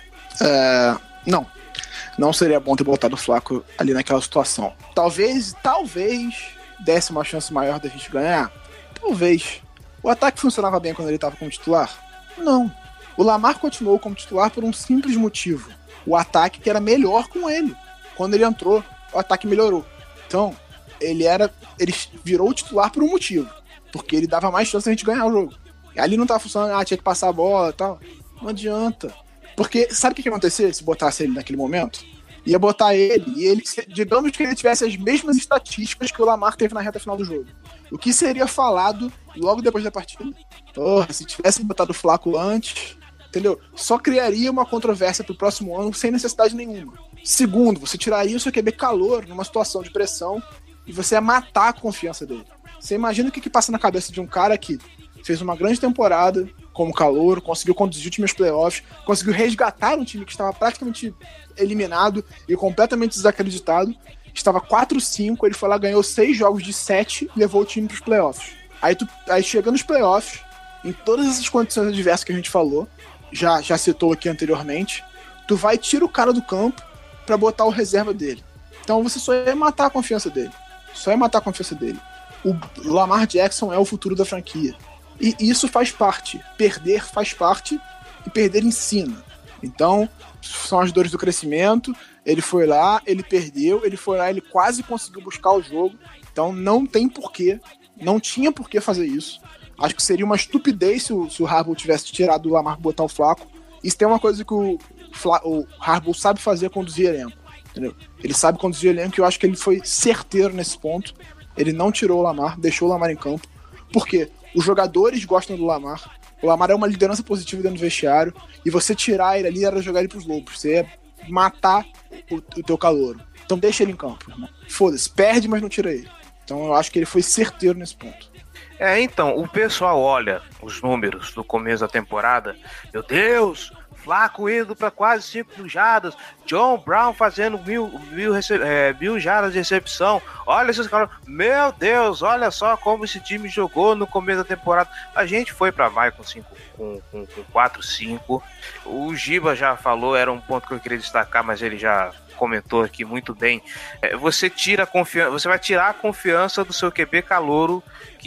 É, não, não seria bom ter botado o Flaco ali naquela situação. Talvez, talvez desse uma chance maior da gente ganhar. Talvez. O ataque funcionava bem quando ele estava como titular? Não. O Lamar continuou como titular por um simples motivo. O ataque que era melhor com ele. Quando ele entrou, o ataque melhorou. Então, ele era, ele virou o titular por um motivo. Porque ele dava mais chance da gente ganhar o jogo. Ali não estava funcionando, ah, tinha que passar a bola e tal. Não adianta. Porque sabe o que ia acontecer se botasse ele naquele momento? Ia botar ele e ele, digamos que ele tivesse as mesmas estatísticas que o Lamar teve na reta final do jogo. O que seria falado logo depois da partida? Porra, se tivesse botado o Flaco antes, entendeu? Só criaria uma controvérsia pro próximo ano sem necessidade nenhuma. Segundo, você tiraria o seu Q B calor numa situação de pressão e você ia matar a confiança dele. Você imagina o que, que passa na cabeça de um cara que fez uma grande temporada como calouro, conseguiu conduzir o time aos playoffs, conseguiu resgatar um time que estava praticamente eliminado e completamente desacreditado. Estava quatro a cinco, ele foi lá, ganhou seis jogos de sete e levou o time para os playoffs. Aí, tu, aí chegando nos playoffs, em todas essas condições adversas que a gente falou, já, já citou aqui anteriormente, tu vai e tira o cara do campo para botar o reserva dele. Então você só ia matar a confiança dele. Só ia matar a confiança dele. O Lamar Jackson é o futuro da franquia. E isso faz parte. Perder faz parte e perder ensina. Então, são as dores do crescimento. Ele foi lá, ele perdeu, ele foi lá, ele quase conseguiu buscar o jogo. Então, não tem porquê, não tinha porquê fazer isso. Acho que seria uma estupidez se o, se o Harbaugh tivesse tirado o Lamar e botar o Flaco. Isso tem uma coisa que o, Fla, o Harbaugh sabe fazer, é conduzir elenco. Entendeu? Ele sabe conduzir elenco e eu acho que ele foi certeiro nesse ponto. Ele não tirou o Lamar, deixou o Lamar em campo. Por quê? Os jogadores gostam do Lamar. O Lamar é uma liderança positiva dentro do vestiário. E você tirar ele ali era jogar ele pros lobos. Você ia matar o, o teu calouro. Então deixa ele em campo, irmão. Foda-se, perde, mas não tira ele. Então eu acho que ele foi certeiro nesse ponto. É, então, o pessoal olha os números do começo da temporada. Meu Deus, Flaco indo para quase cinco mil jardas, John Brown fazendo mil, mil, é, mil jardas de recepção. Olha esses caras, meu Deus, olha só como esse time jogou no começo da temporada. A gente foi para maio com, cinco, com, com, com quatro cinco. O Giba já falou, era um ponto que eu queria destacar, mas ele já comentou aqui muito bem. É, você tira a confiança, você vai tirar a confiança do seu Q B calouro,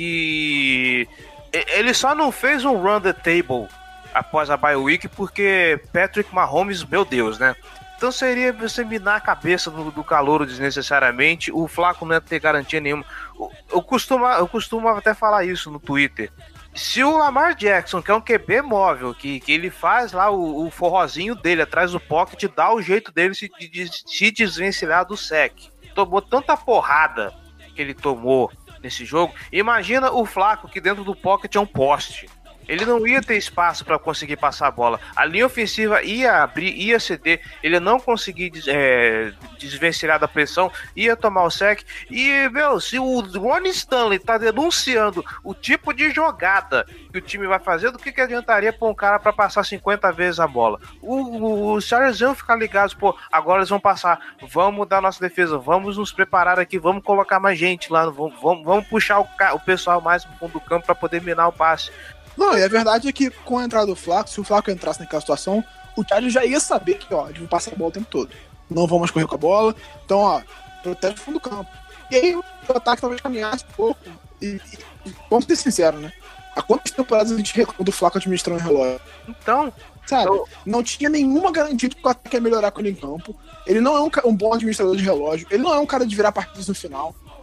que ele só não fez um run the table após a bye week porque Patrick Mahomes, meu Deus, né? Então seria você minar a cabeça do, do calouro desnecessariamente. O Flaco não ia ter garantia nenhuma. Eu, eu, costumo, eu costumo até falar isso no Twitter. Se o Lamar Jackson, que é um Q B móvel, que, que ele faz lá o, o forrozinho dele atrás do pocket, dá o jeito dele se, de, se desvencilhar do sec. Tomou tanta porrada que ele tomou nesse jogo. Imagina o Flaco, que dentro do pocket é um poste. Ele não ia ter espaço para conseguir passar a bola. A linha ofensiva ia abrir, ia ceder. Ele não conseguia é, desvencilhar da pressão, ia tomar o sec. E, meu, se o Ronnie Stanley tá denunciando o tipo de jogada que o time vai fazer, do que, que adiantaria para um cara para passar cinquenta vezes a bola? O, os Chargers iam ficar ligados, pô, agora eles vão passar. Vamos mudar nossa defesa, vamos nos preparar aqui, vamos colocar mais gente lá, vamos, vamos, vamos puxar o, o pessoal mais pro fundo do campo para poder minar o passe. Não, e a verdade é que com a entrada do Flaco, se o Flaco entrasse naquela situação, o Chargers já ia saber que, ó, eles vão passar a bola o tempo todo. Não vão mais correr com a bola, então, ó, protege o fundo do campo. E aí o ataque talvez caminhasse um pouco. E, e vamos ser sinceros, né? Há quantas temporadas a gente reclamou do Flaco administrando o relógio? Então, sabe, eu... não tinha nenhuma garantia de que o ataque ia melhorar com ele em campo. Ele não é um, um bom administrador de relógio, ele não é um cara de virar partidas no final.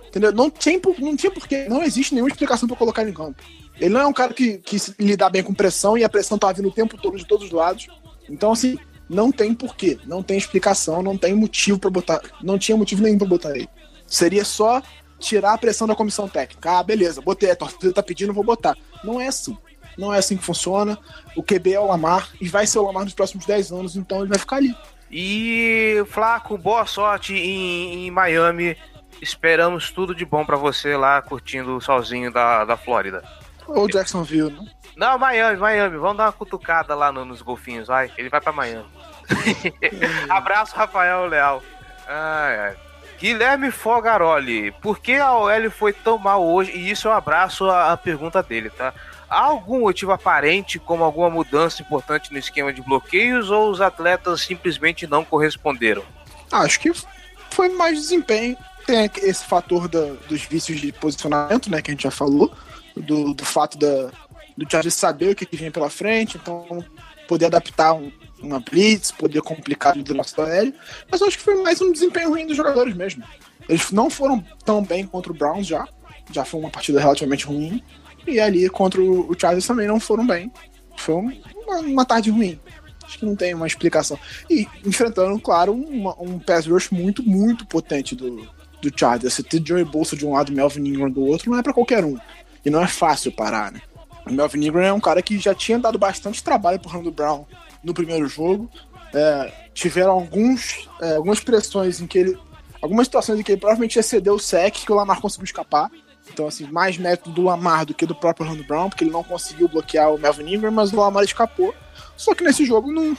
Entendeu? Não tinha, não tinha porquê, não existe nenhuma explicação pra colocar ele em campo. Ele não é um cara que, que lida bem com pressão e a pressão tá vindo o tempo todo de todos os lados. Então, assim, não tem porquê, não tem explicação, não tem motivo pra botar, não tinha motivo nenhum pra botar ele. Seria só tirar a pressão da comissão técnica. Ah, beleza, botei, a torcida tá pedindo, vou botar. Não é assim. Não é assim que funciona. O Q B é o Lamar e vai ser o Lamar nos próximos dez anos, então ele vai ficar ali. E, Flaco, boa sorte em, em Miami. Esperamos tudo de bom pra você lá, curtindo o solzinho da, da Flórida. Ou Jacksonville, né? Não, Miami, Miami. Vamos dar uma cutucada lá no, nos golfinhos, vai. Ele vai pra Miami. Abraço, Rafael Leal. Ai, ai. Guilherme Fogaroli. Por que a O L foi tão mal hoje? E isso eu abraço a, a pergunta dele, tá? Há algum motivo aparente, como alguma mudança importante no esquema de bloqueios, ou os atletas simplesmente não corresponderam? Acho que foi mais desempenho. Tem esse fator da, dos vícios de posicionamento, né, que a gente já falou, do, do fato da, do Chargers saber o que, que vem pela frente, então poder adaptar um, uma blitz, poder complicar o nosso O L, mas eu acho que foi mais um desempenho ruim dos jogadores mesmo. Eles não foram tão bem contra o Browns já, já foi uma partida relativamente ruim, e ali contra o Chargers também não foram bem. Foi uma, uma tarde ruim. Acho que não tem uma explicação. E enfrentando, claro, uma, um pass rush muito, muito potente do, do Chargers. Você ter Joey Bosa de um lado e Melvin Ingram do outro não é pra qualquer um. E não é fácil parar, né? O Melvin Ingram é um cara que já tinha dado bastante trabalho pro Orlando Brown no primeiro jogo. É, tiveram alguns, é, algumas pressões em que ele... Algumas situações em que ele provavelmente excedeu o sec, que o Lamar conseguiu escapar. Então, assim, mais mérito do Lamar do que do próprio Orlando Brown, porque ele não conseguiu bloquear o Melvin Ingram, mas o Lamar escapou. Só que nesse jogo não,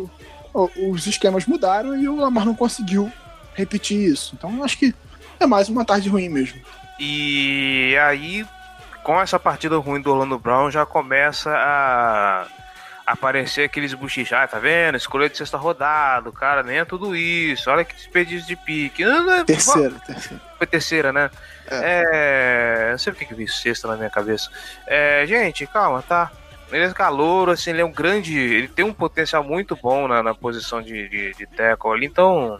os esquemas mudaram e o Lamar não conseguiu repetir isso. Então, acho que é mais uma tarde ruim mesmo. E aí, com essa partida ruim do Orlando Brown, já começa a aparecer aqueles buchichar, tá vendo? Escolha de sexta rodada, cara, nem é tudo isso. Olha que desperdício de pique. Terceira, terceira. Foi terceira, né? É. é não sei porque que eu vi sexta na minha cabeça. É, gente, calma, tá? Ele é calouro, assim, ele é um grande... Ele tem um potencial muito bom na, na posição de, de, de tackle ali, então...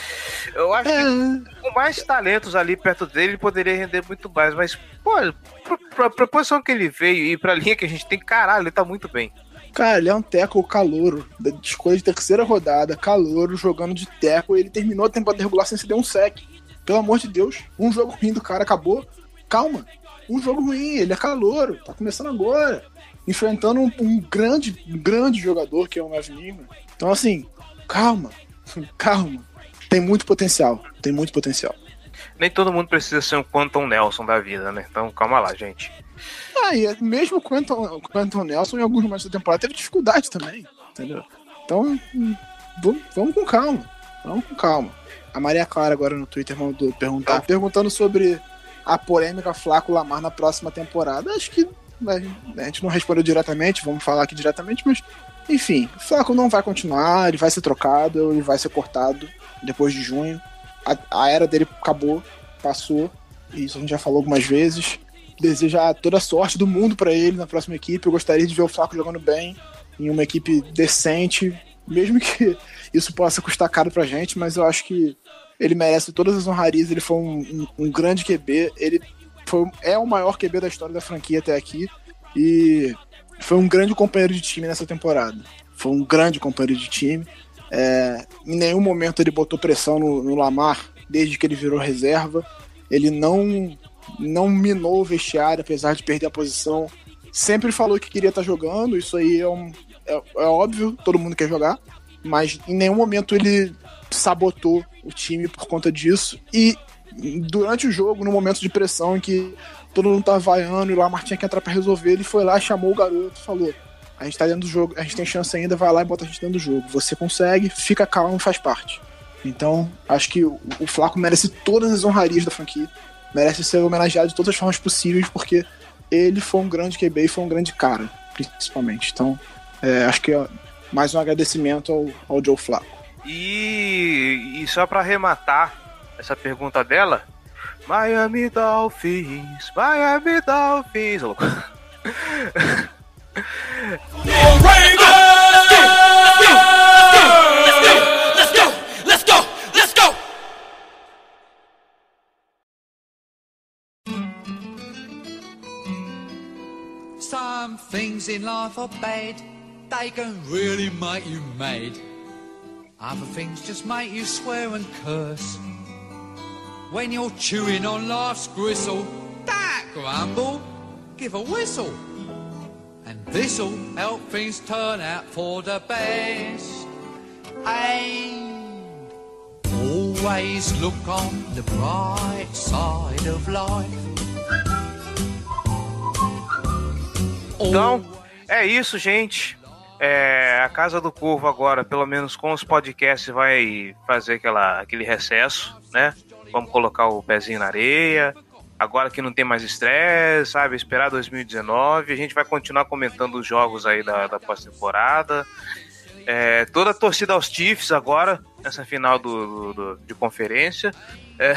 Eu acho é. que com mais talentos ali perto dele, ele poderia render muito mais, mas, pô, pra, pra, pra posição que ele veio e pra linha que a gente tem, caralho, ele tá muito bem. Cara, ele é um tackle calouro, da escolha de terceira rodada, calouro, jogando de tackle, ele terminou a temporada regular sem se der um sec. Pelo amor de Deus, um jogo ruim do cara acabou. Calma, um jogo ruim, ele é calouro, tá começando agora. Enfrentando um, um grande, um grande jogador que é o Melvin Ingram. Então, assim, calma, calma. Tem muito potencial, tem muito potencial. Nem todo mundo precisa ser um Quenton Nelson da vida, né? Então, calma lá, gente. Ah, e mesmo o Quenton, Quenton Nelson, em alguns momentos da temporada, teve dificuldade também, entendeu? Então, vamos, vamos com calma, vamos com calma. A Maria Clara agora no Twitter mandou perguntar, perguntando sobre a polêmica Flaco Lamar na próxima temporada. Acho que a gente não respondeu diretamente, vamos falar aqui diretamente, mas enfim, o Flaco não vai continuar, ele vai ser trocado, ele vai ser cortado depois de junho. A, a era dele acabou, passou, e isso a gente já falou algumas vezes. Desejar toda a sorte do mundo pra ele na próxima equipe. Eu gostaria de ver o Flaco jogando bem em uma equipe decente, mesmo que isso possa custar caro pra gente, mas eu acho que ele merece todas as honrarias. Ele foi um, um, um grande Q B, ele foi, é o maior Q B da história da franquia até aqui, e foi um grande companheiro de time nessa temporada. Foi um grande companheiro de time. É, em nenhum momento ele botou pressão no, no Lamar desde que ele virou reserva. Ele não, não minou o vestiário, apesar de perder a posição. Sempre falou que queria estar jogando. Isso aí é, um, é, é óbvio, todo mundo quer jogar, mas em nenhum momento ele sabotou o time por conta disso. E durante o jogo, no momento de pressão em que todo mundo tá vaiando e o Lamar tinha que entrar pra resolver, ele foi lá, chamou o garoto e falou: a gente tá dentro do jogo, a gente tem chance ainda, vai lá e bota a gente dentro do jogo. Você consegue, fica calmo e faz parte. Então, acho que o, o Flaco merece todas as honrarias da franquia, merece ser homenageado de todas as formas possíveis, porque ele foi um grande Q B e foi um grande cara, principalmente. Então, é, acho que é mais um agradecimento ao, ao Joe Flaco. E, e só pra arrematar essa pergunta dela, Miami Dolphins, Miami Dolphins, louco. Some things in life are bad, they can really make you mad. Other things just make you swear and curse. When you're chewing on life's gristle, don't grumble, give a whistle. And this'll help things turn out for the best. And always look on the bright side of life. Então, é isso, gente. É, a Casa do Corvo agora, pelo menos com os podcasts, vai fazer aquela, aquele recesso, né? Vamos colocar o pezinho na areia. Agora que não tem mais estresse, sabe? Esperar dois mil e dezenove. A gente vai continuar comentando os jogos aí da, da pós-temporada. É, toda a torcida aos Chiefs agora, nessa final do, do, do, de conferência. É,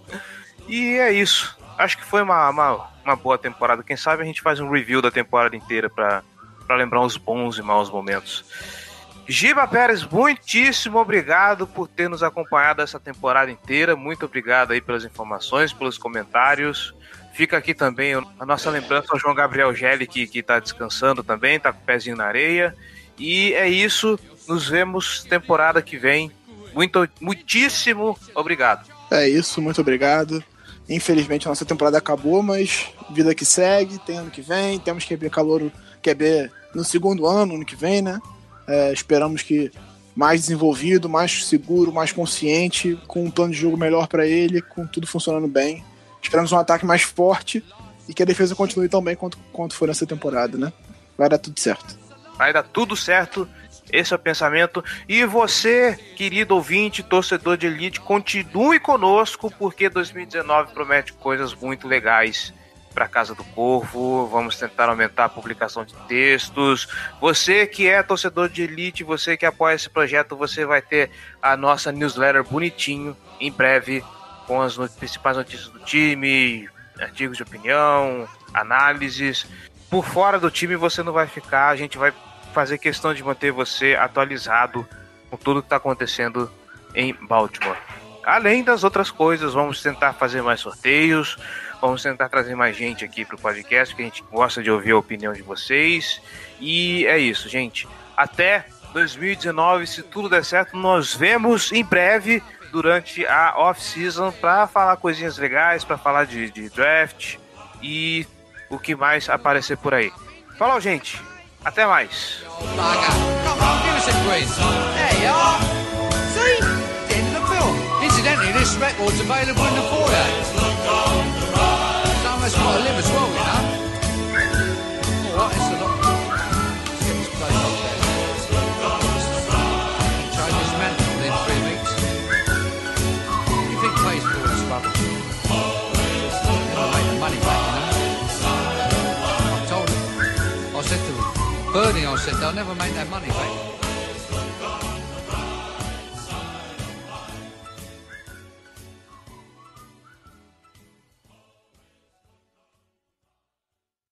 e é isso. Acho que foi uma, uma, uma boa temporada. Quem sabe a gente faz um review da temporada inteira para para lembrar os bons e maus momentos. Giba Pérez, muitíssimo obrigado por ter nos acompanhado essa temporada inteira. Muito obrigado aí pelas informações, pelos comentários. Fica aqui também a nossa lembrança ao João Gabriel Gelli, que, que tá descansando também, tá com o pezinho na areia. E é isso, nos vemos temporada que vem. Muito, muitíssimo obrigado. É isso, muito obrigado. Infelizmente a nossa temporada acabou, mas vida que segue, tem ano que vem, temos Q B calouro, Q B no segundo ano, ano que vem, né? É, esperamos que mais desenvolvido, mais seguro, mais consciente, com um plano de jogo melhor para ele, com tudo funcionando bem. Esperamos um ataque mais forte e que a defesa continue tão bem quanto, quanto foi nessa temporada, né? Vai dar tudo certo. Vai dar tudo certo, esse é o pensamento. E você, querido ouvinte, torcedor de elite, continue conosco, porque dois mil e dezenove promete coisas muito legais para a Casa do Corvo. Vamos tentar aumentar a publicação de textos. Você que é torcedor de elite, você que apoia esse projeto, você vai ter a nossa newsletter bonitinho, em breve, com as not- principais notícias do time, artigos de opinião, análises. Por fora do time você não vai ficar, a gente vai fazer questão de manter você atualizado com tudo que está acontecendo em Baltimore. Além das outras coisas, vamos tentar fazer mais sorteios, vamos tentar trazer mais gente aqui pro podcast, que a gente gosta de ouvir a opinião de vocês. E é isso, gente. Até dois mil e dezenove, se tudo der certo, nos vemos em breve durante a off-season para falar coisinhas legais, para falar de, de draft e o que mais aparecer por aí. Falou, gente. Até mais. Incidentally, this record's available in the foyer. Someone's got to live as well, you know. Alright, it's a lot. Let's get this place up there. Change this mantle within three weeks. What do you think pays for all this rubbish? Never make the money back, you know. I told him. I said to Bernie, I said, they'll never make that money back.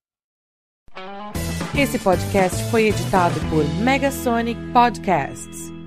Esse podcast foi editado por Megasonic Podcasts.